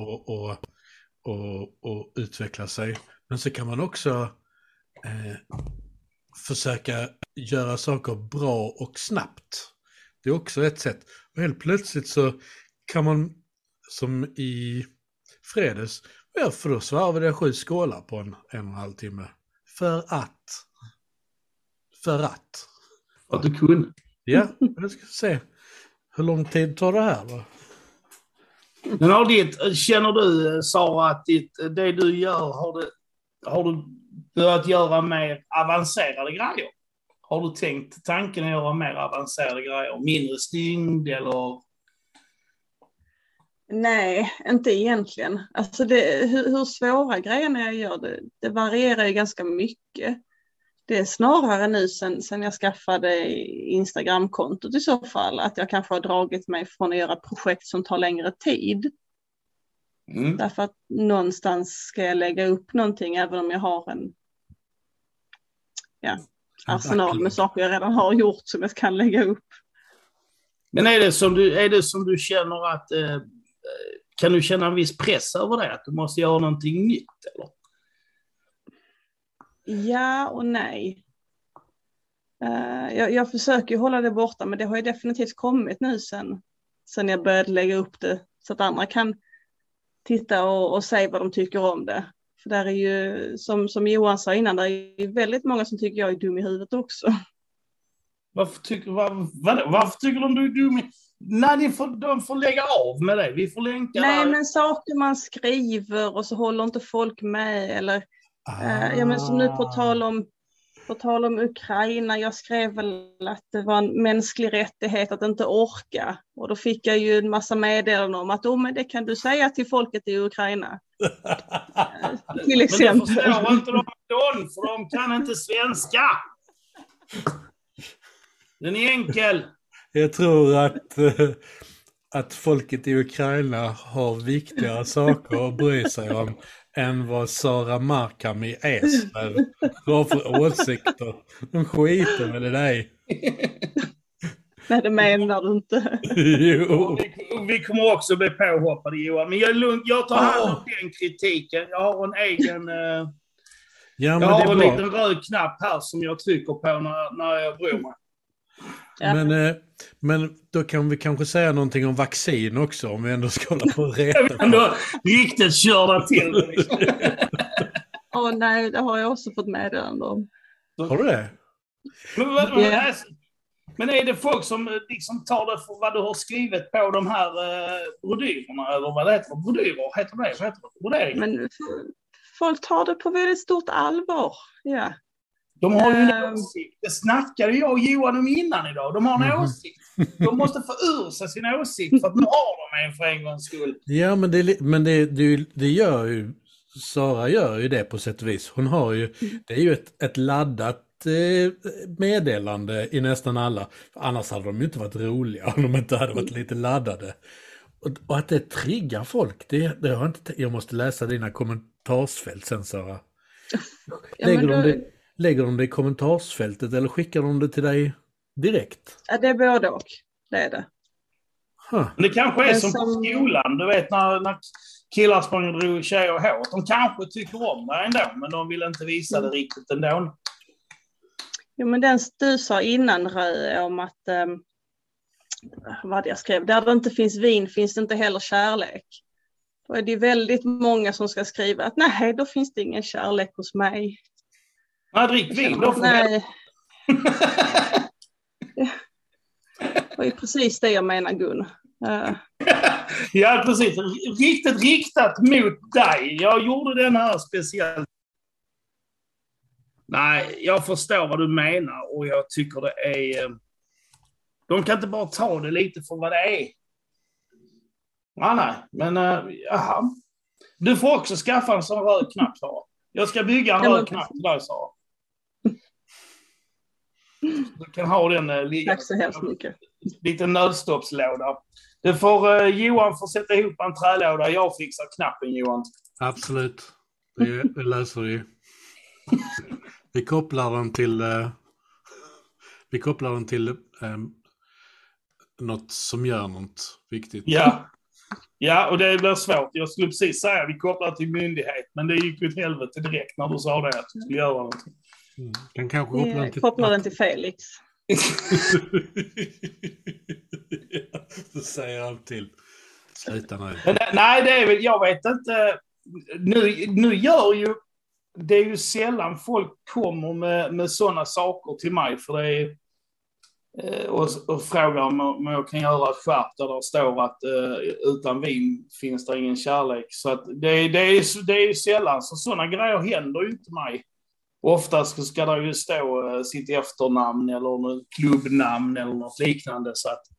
att utveckla sig. Men så kan man också försöka göra saker bra och snabbt. Det är också ett sätt. Och helt plötsligt så kan man, som i fredags, för då svarvade jag 7 skålar på en och en halv timme. För att. Att du kunde. Ja, jag ska se. Hur lång tid tar det här då? Men känner du, Sara, att det du gör, har du börjat göra mer avancerade grejer? Har du tänkt tanken att göra mer avancerade grejer? Mindre stygn eller? Nej, inte egentligen. Alltså hur svåra grejerna jag gör, det varierar ju ganska mycket. Det är snarare nu sen jag skaffade Instagramkontot i så fall, att jag kanske har dragit mig från att göra projekt som tar längre tid. Därför att någonstans ska jag lägga upp någonting även om jag har en arsenal med saker jag redan har gjort som jag kan lägga upp. Men är det som du känner att kan du känna en viss press över det? Att du måste göra någonting nytt eller? Ja och nej. Jag försöker hålla det borta, men det har ju definitivt kommit nu sen jag började lägga upp det så att andra kan titta och säga vad de tycker om det. För där är ju, som Johan sa innan, det är ju väldigt många som tycker jag är dum i huvudet också. Varför tycker de du är dum? Nej, de får lägga av med det. Vi får länka. Nej, men saker man skriver och så håller inte folk med. Eller, men som nu på tal om Ukraina, jag skrev väl att det var en mänsklig rättighet att inte orka. Och då fick jag ju en massa meddelanden om att men det kan du säga till folket i Ukraina. Till exempel. Men det förstår inte de, för de kan inte svenska. Den är enkel. Jag tror att folket i Ukraina har viktigare saker att bry sig om än vad Sara Markham i Eslöv har för åsikter. De skiter med det där. Nej, det menar du inte. Jo. Vi kommer också bli påhoppade, Johan. Men jag tar hand om den kritiken. Jag har en egen... jag har en liten röd knapp här som jag trycker på när jag bryr mig. Ja. Men då kan vi kanske säga någonting om vaccin också, om vi ändå ska hålla på och reta. Ändå riktigt körda till. Nej, det har jag också fått meddelande om. Har du det? Men är det folk som liksom tar det för vad du har skrivit på de här brodyrerna, eller vad det heter? Brodyrer, heter det? Vad heter det? Brodering. Men folk tar det på väldigt stort allvar, ja. De har ju en åsikt. Det snackade jag och Johan om innan idag. De har en åsikt. De måste få ur sig sin åsikt för att nu har de en för en gångs skull. Ja, men det gör ju... Sara gör ju det på sätt och vis. Hon har ju... Det är ju ett laddat meddelande i nästan alla. Annars hade de ju inte varit roliga om de inte hade varit lite laddade. Och att det triggar folk, det har inte... Jag måste läsa dina kommentarsfält sen, Sara. Lägger de det i kommentarsfältet eller skickar de det till dig direkt? Ja, det är både och. Det är det. Men det kanske är som på skolan. Du vet när killar sprang och drog tjejer och hår. De kanske tycker om det ändå, men de vill inte visa det riktigt ändå. Jo, men den du sa innan, Rö, om att vad jag skrev, där det inte finns vin finns det inte heller kärlek. Då är det väldigt många som ska skriva att nej, då finns det ingen kärlek hos mig. Nej, drick vin då får nej. Det var ju precis det jag menar, Gun. Ja, precis. Riktigt riktat mot dig. Jag gjorde den här speciellt. Nej, jag förstår vad du menar och jag tycker det är... De kan inte bara ta det lite för vad det är. Nej, men jaha. Du får också skaffa en sån röd knapp, Sara. Jag ska bygga en röd knapp till dig, Sara. Du kan ha den tack så hemskt mycket. Liten nödstoppslåda. Johan får sätta ihop en trälåda. Jag fixar knappen, Johan. Absolut. Det löser vi. Vi kopplar den till något som gör något viktigt. Ja, och det blir svårt. Jag skulle precis säga att vi kopplar till myndighet, men det gick åt helvete direkt när du sa det att du skulle göra någonting. Kan kanske koppla den till Felix. Så säger han till. Sluta nu. Nej, det är väl, jag vet inte. Nu gör ju, det är ju sällan folk kommer med sådana saker till mig, för det är, och frågar om jag kan göra ett skärp där det står att utan vin finns det ingen kärlek. Så att det är sällan, så sådana grejer händer ju inte mig. Oftast ska det ju stå sitt efternamn eller något klubbnamn eller något liknande. Så att,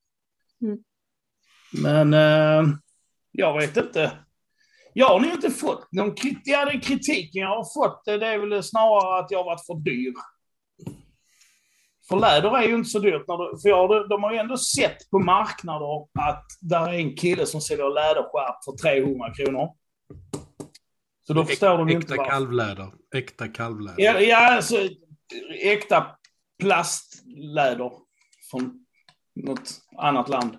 Men jag vet inte. Jag har nog inte fått någon kritik. Den kritiken jag har fått, det är väl snarare att jag har varit för dyr. För läder är ju inte så dyrt. För de har ju ändå sett på marknader att där är en kille som säljer läderskärp för 300 kronor. Så då förstår de inte varför. Äkta kalvläder. Ja, alltså äkta plastläder från något annat land.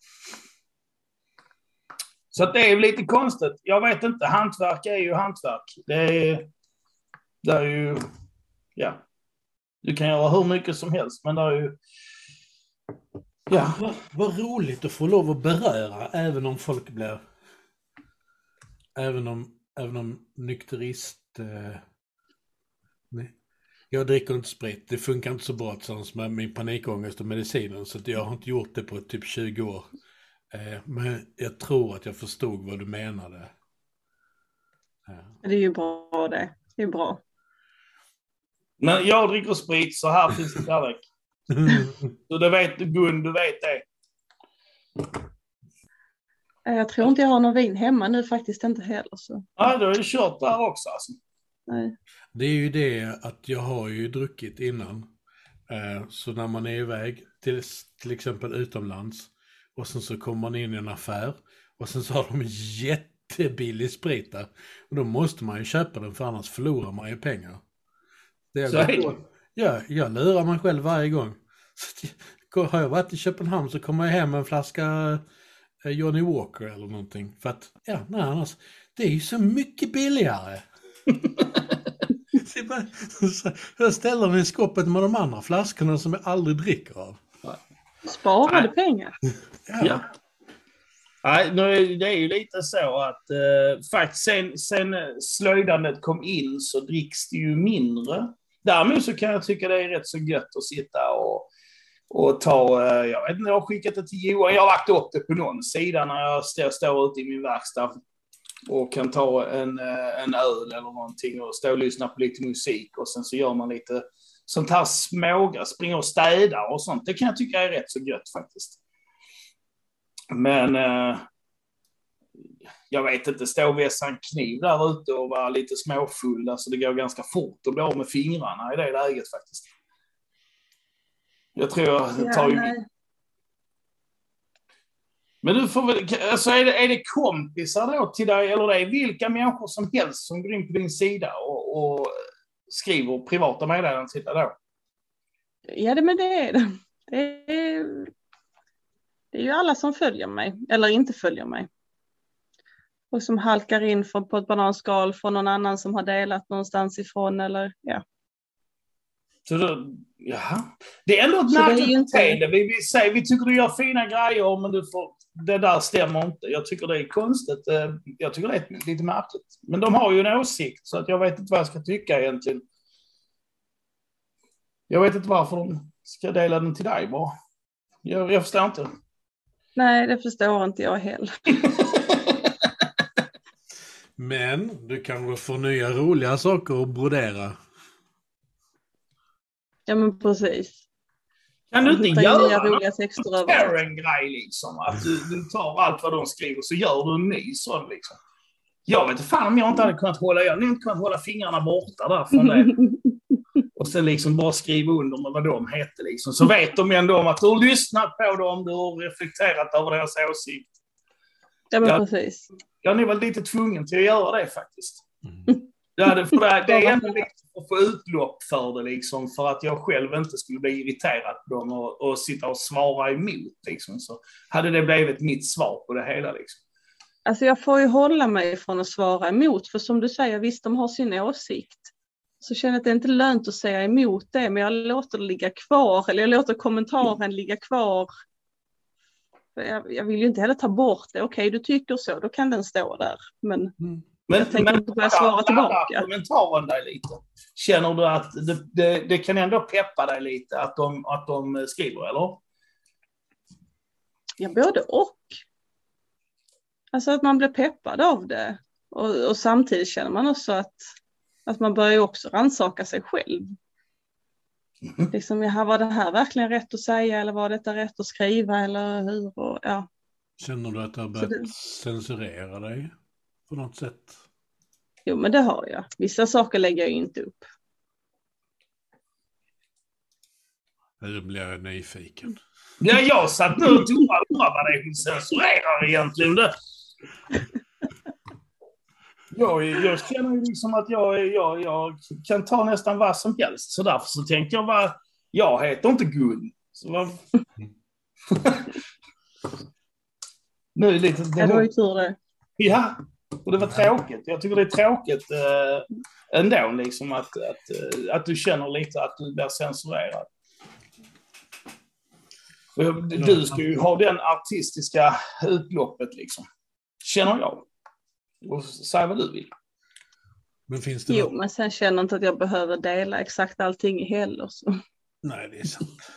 Så att det är lite konstigt. Jag vet inte, hantverk är ju hantverk. Det är ju, ja. Du kan göra hur mycket som helst, men det är ju... Ja. Vad roligt att få lov att beröra, även om folk blir... Även om nykterist... Nej. Jag dricker inte sprit. Det funkar inte så bra tillsammans med min panikångest och medicinen, så att jag har inte gjort det på typ 20 år. Men jag tror att jag förstod vad du menade. Det är ju bra det. Det är bra. Men jag dricker sprit, så här finns det kärlek. Så det vet Gun, du vet det. Jag tror inte jag har någon vin hemma nu faktiskt, inte heller. Så. Ja, då är det kört där också alltså. Nej. Det är ju det att jag har ju druckit innan. Så när man är iväg till exempel utomlands och sen så kommer man in i en affär och sen så har de jättebillig sprit där. Och då måste man ju köpa den, för annars förlorar man ju pengar. Jag lurar mig själv varje gång. Så har jag varit i Köpenhamn så kommer jag hem med en flaska Johnny Walker eller någonting. För att, annars, det är ju så mycket billigare. Jag ställer den i skåpet med de andra flaskorna som jag aldrig dricker av. Sparade pengar. Ja. Nej, det är ju lite så att faktiskt sen slöjdandet kom in så dricks det ju mindre. Däremot så kan jag tycka det är rätt så gött att sitta och ta, jag vet inte, jag har skickat det till Johan, jag har lagt upp det på någon sida när jag står ute i min verkstad och kan ta en öl eller någonting och stå och lyssna på lite musik, och sen så gör man lite sånt här springer och städar och sånt. Det kan jag tycka är rätt så gött faktiskt. Men jag vet inte, stå och vässa en kniv där ute och vara lite småfull, alltså det går ganska fort att bli av med fingrarna i det läget faktiskt. Jag tror jag tar ju... Men du får väl, alltså är det kompisar då till dig, eller det är vilka människor som helst som går in på din sida och skriver privata meddelanden till dig då? Ja, men det är det. Det är ju alla som följer mig, eller inte följer mig. Och som halkar in på ett bananskal från någon annan som har delat någonstans ifrån, eller ja. Så då, jaha. Det är ändå ett märkligt beteende. Vi tycker du gör fina grejer, men det där stämmer inte. Jag tycker det är konstigt. Jag tycker det är lite märkligt. Men de har ju en åsikt, så att jag vet inte vad jag ska tycka egentligen. Jag vet inte varför de ska dela den till dig bara. Jag förstår inte. Nej, det förstår inte jag heller. Men du kan väl få nya roliga saker att brodera. Ja, men precis. Kan du inte göra en grej liksom? Att du tar allt vad de skriver så gör du en ny sån liksom. Jag vet inte fan om jag inte hade kunnat hålla fingrarna borta där från det. Och sen liksom bara skriva under med vad de heter liksom. Så vet de ändå om att du har lyssnat på dem, du har reflekterat över deras åsikt. Ja, men precis. Jag är väl lite tvungen till att göra det faktiskt. Det är ändå viktigt att få utlopp för det liksom, för att jag själv inte skulle bli irriterad på dem och sitta och svara emot liksom. Så hade det blivit mitt svar på det hela liksom. Alltså jag får ju hålla mig från att svara emot, för som du säger, visst de har sin åsikt. Så känner jag att det är inte lönt att säga emot det, men jag låter det ligga kvar, eller jag låter kommentaren ligga kvar. Jag vill ju inte heller ta bort det. Okej, du tycker så, då kan den stå där. Men Jag tänker inte börja svara tillbaka. Kommentaren dig lite. Känner du att det kan ändå peppa dig lite att de skriver, eller? Ja, både och. Alltså att man blir peppad av det. Och samtidigt känner man också att man börjar också rannsaka sig själv. Liksom, var det här verkligen rätt att säga eller var detta rätt att skriva eller hur? Och, ja. Känner du att du har börjat censurera dig på något sätt? Jo, men det har jag. Vissa saker lägger jag inte upp. Nu blir jag nyfiken. Ja, jag satt nu och undrar vad det är hon censurerar egentligen. Jag känner ju liksom att jag kan ta nästan vad som helst. Så därför så tänkte jag heter inte Gun. Så nu är lite... Det var ju tur det. Ja, och det var tråkigt. Jag tycker det är tråkigt ändå liksom att du känner lite att du blir censurerad. Du ska ju ha den artistiska utloppet liksom. Känner jag. Och säg vad du vill. Men finns det jo, men sen känner jag inte att jag behöver dela exakt allting heller. Så. Nej, det är sant.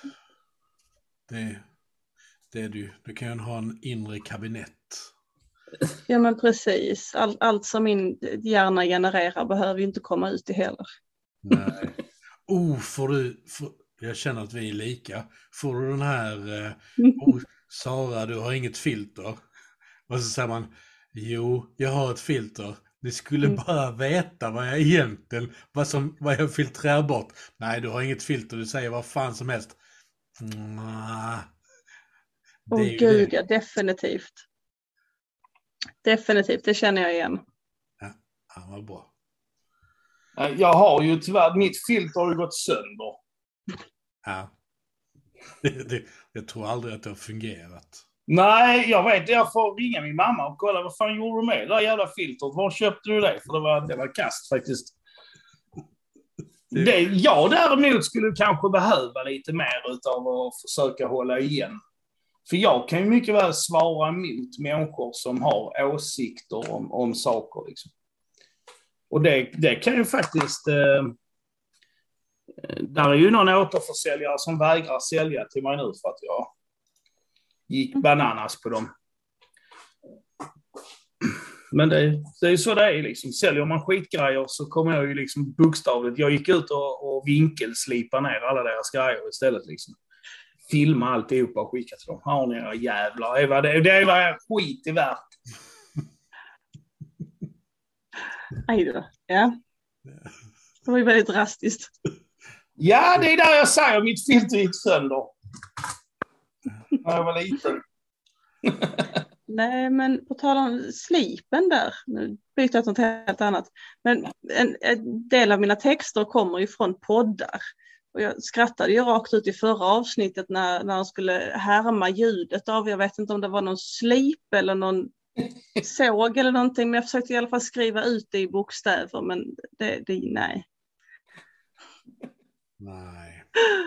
Det är du. Du kan ju ha en inre kabinett. Ja, men precis. Allt som min hjärna genererar behöver ju inte komma ut i heller. Nej. Jag känner att vi är lika. Får du den här Sara, du har inget filter. Och så säger man, jo, jag har ett filter. Ni skulle bara veta vad jag egentligen, vad jag filtrerar bort. Nej, du har inget filter, du säger vad fan som helst. Gud, ja, definitivt. Definitivt, det känner jag igen. Ja, vad bra. Jag har ju tyvärr, mitt filter har ju gått sönder. Ja. Jag tror aldrig att det har fungerat. Nej, jag vet. Jag får ringa min mamma och kolla vad fan gjorde du med det där jävla filtret. Var köpte du det? För det var kast faktiskt. Jag däremot skulle kanske behöva lite mer utav att försöka hålla igen. För jag kan ju mycket väl svara emot människor som har åsikter om saker. Liksom. Och det kan ju faktiskt... där är ju någon återförsäljare som vägrar sälja till mig nu för att jag gick bananas på dem. Men det är så det är liksom. Säljer man skitgrejer så kommer jag ju liksom bokstavligt. Jag gick ut och vinkelslipa ner alla deras grejer istället liksom. Filma alltihopa och skicka till dem. Har ni era jävlar? Det var skit i värt. Aj då. Ja. Det var ju väldigt drastiskt. Ja, det är där jag säger. Mitt filter gick sönder. När jag var liten. Nej, men på tal om slipen där. Nu byter jag till något helt annat. Men en del av mina texter kommer ju från poddar. Och jag skrattade ju rakt ut i förra avsnittet när de skulle härma ljudet av. Jag vet inte om det var någon slip eller någon såg eller någonting. Men jag försökte i alla fall skriva ut det i bokstäver. Men nej. Nej.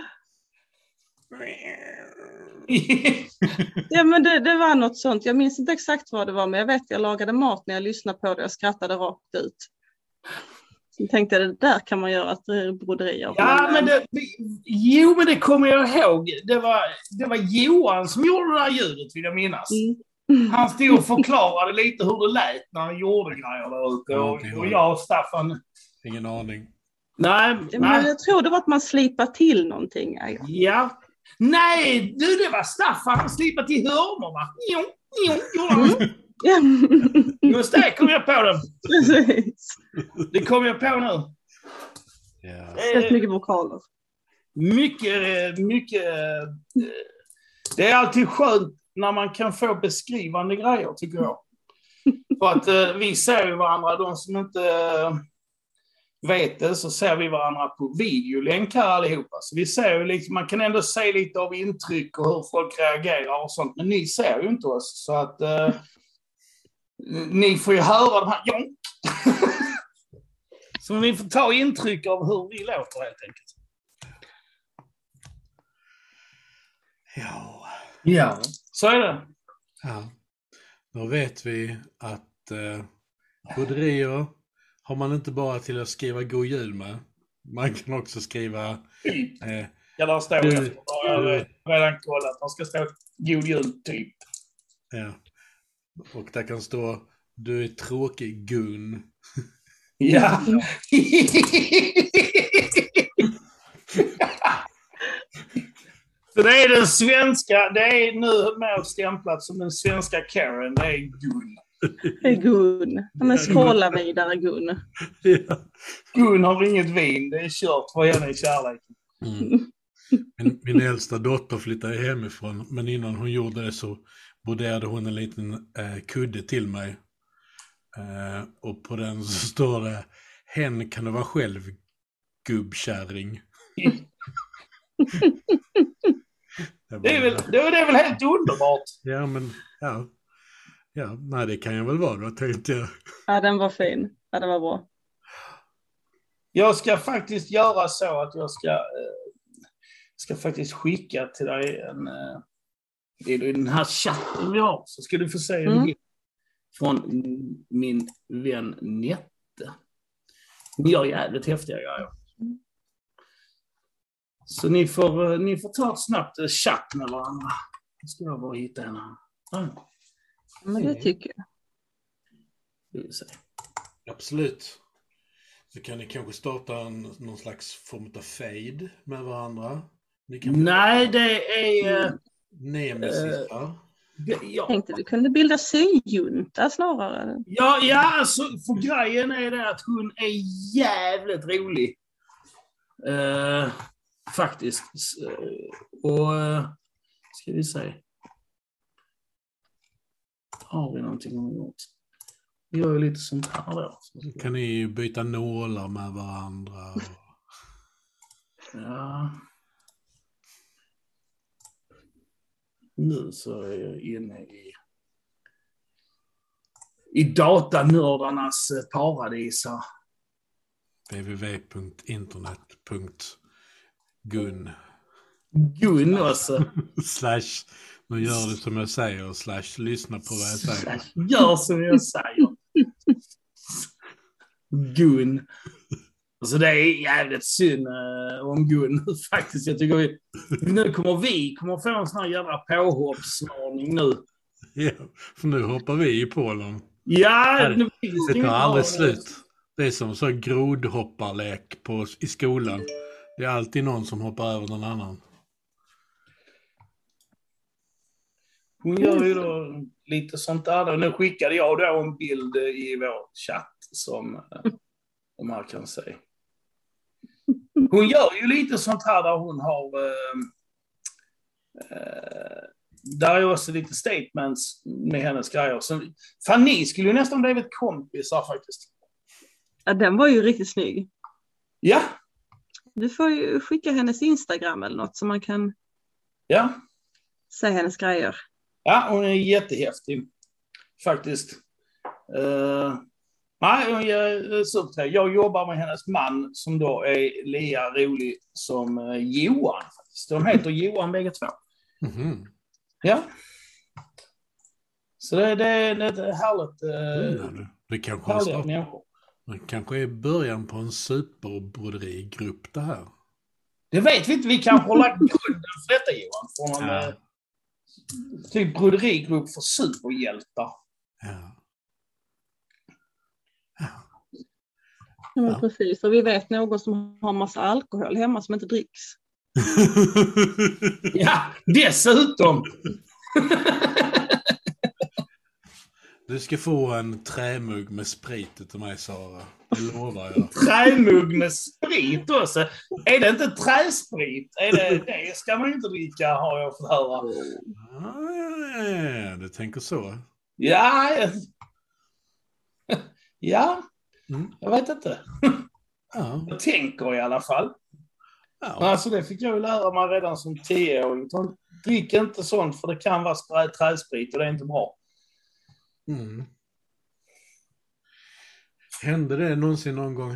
Ja, men det var något sånt. Jag minns inte exakt vad det var, men jag vet att jag lagade mat när jag lyssnade på det och skrattade rakt ut. Så tänkte jag, det där kan man göra ett broderi av. Ja, men det kommer jag ihåg. Det var Johan som gjorde det där ljudet, vill jag minnas. Han stod och förklarade lite hur det lät när han gjorde grejer där ute. Och jag och Staffan... Ingen aning. Nej. Men jag tror det var att man slipar till någonting. Ja. Nej, det var Staffan som slipade till hörnorna. Just det kom jag på det. Precis. Det kom jag på nu. Ja. Rätt mycket vokaler. Mycket. Det är alltid skönt när man kan få beskrivande grejer, tycker jag. För att vi ser ju varandra, de som inte vet det, så ser vi varandra på videolänk här allihopa. Så vi ser ju liksom, man kan ändå se lite av intryck och hur folk reagerar och sånt. Men ni ser ju inte oss, så att ni får ju höra de här jonk. Så ni får ta intryck av hur vi låter helt enkelt. Ja, så är det. Ja. Då vet vi att Broderier har man inte bara till att skriva god jul med. Man kan också skriva... Ja, där står det. Jag har redan kollat. Han ska stå god jul, typ. Ja. Och där kan stå, du är tråkig, Gun. Ja. Så det är den svenska, det är nu med stämplat som den svenska Karen, det är Gun. Det är Gun. Men skåla vidare, Gun. Ja. Gun har inget vin, det är kört för henne i kärleken. Min äldsta dotter flyttade hemifrån, men innan hon gjorde det så broderade hon en liten kudde till mig. Och på den så står det, hen kan du vara själv, gubbkärring. Det är väl helt underbart. Ja, men ja, nej, det kan jag väl vara då, tänkte jag. Ja, den var fin. Ja, den var bra. Jag ska faktiskt göra så att jag ska faktiskt skicka till dig i den här chatten vi har, så ska du få se en bild från min vän Nette. Hon gör jävligt häftiga grejer. Så ni får ta ett snabbt chatt med varandra. Nu ska jag bara hitta henne. Men det tycker jag. Absolut. Så kan ni kanske starta någon slags form av fade med varandra. Nej, det är... Nemesis, Jag tänkte vi kunde bilda syjunta snarare. Ja, alltså, för grejen är det att hon är jävligt rolig. Faktiskt. Och ska vi se. Har vi någonting hon gjort? Vi gör ju lite sånt här då. Kan ni byta nålar med varandra? Ja. Nu så är jag inne i datanördarnas paradisa. www.internet.gun Gun också. / nu gör det som jag säger / lyssna på vad jag säger. Gör som jag säger. Gun. Alltså det är jävligt synd om Gun faktiskt. Jag tycker nu kommer få en sån här jävla påhoppsvarning nu. Ja, för nu hoppar vi i Polen. Ja, det tar aldrig slut. Det är som så grodhopparlek i skolan. Det är alltid någon som hoppar över någon annan. Hon gör ju då lite sånt där. Nu skickade jag då en bild i vår chatt som man kan se. Hon gör ju lite sånt här där hon har där är också lite statements med hennes grejer. Så, fan, ni skulle ju nästan blivit kompisar faktiskt. Ja, den var ju riktigt snygg. Ja. Du får ju skicka hennes Instagram eller något så man kan se hennes grejer. Ja, hon är jättehäftig faktiskt. Nej, jag jobbar med hennes man som då är lika rolig som Johan. De heter Johan bägge två. Mm-hmm. Ja. Så det är ett härligt... Det kanske är början på en superbroderigrupp det här. Det vet vi inte. Vi kanske har lagt grunden för detta, Johan. Från en typ broderigrupp för superhjältar. Ja. Ja, men precis. Och vi vet någon som har massa alkohol hemma som inte dricks. Ja, dessutom. Du ska få en trämugg med sprit till mig, Sara. Det lovar jag. Trämugg med sprit också? Är det inte träsprit? Är det ska man inte dricka, har jag fått höra. Du tänker så? Ja. Ja. Jag vet inte. Ja. Jag tänker i alla fall. Ja. Alltså det fick jag ju lära mig redan som 10-åring. Drick inte sånt för det kan vara träsprit och det är inte bra. Mm. Hände det någonsin någon gång?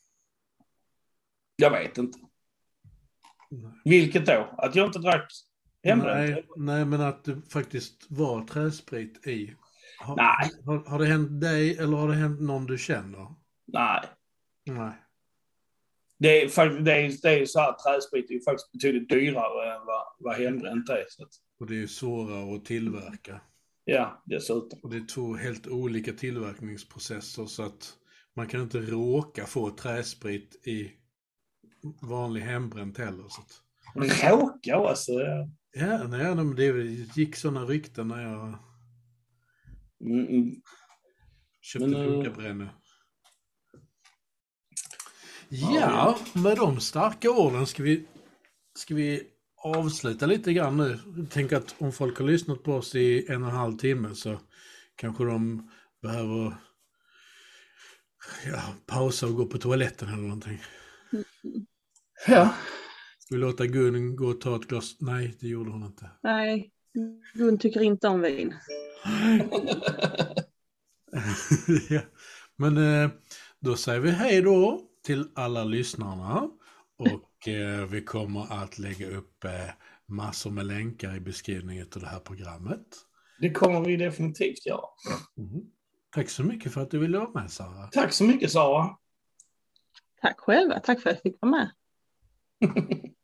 Jag vet inte. Nej. Vilket då? Att jag inte drack hembränt? Nej, men att det faktiskt var träsprit i. Nej. Har det hänt dig eller har det hänt någon du känner? Nej. Nej. Det är ju så här, träsprit är ju faktiskt betydligt dyrare än vad hembränt är. Så att, Och det är ju svårare att tillverka. ja, dessutom. Och det är 2 helt olika tillverkningsprocesser så att man kan inte råka få träsprit i vanlig hembränt heller. Så att... Råka alltså. Ja, nej, men det gick sådana rykten när jag köpte bunkarbrännor. Ja, med de starka orden ska vi avsluta lite grann nu. Jag tänker att om folk har lyssnat på oss i 1,5 timme så kanske de behöver pausa och gå på toaletten eller någonting. Ja. Ska vi låta Gun gå och ta ett glas? Nej, det gjorde hon inte. Nej, Gun tycker inte om vin. Ja. Men då säger vi hej då till alla lyssnarna och vi kommer att lägga upp massor med länkar i beskrivningen till det här programmet. Det kommer vi definitivt göra. Tack så mycket för att du ville vara med, Sara. Tack så mycket, Sara. Tack själva, tack för att jag fick vara med.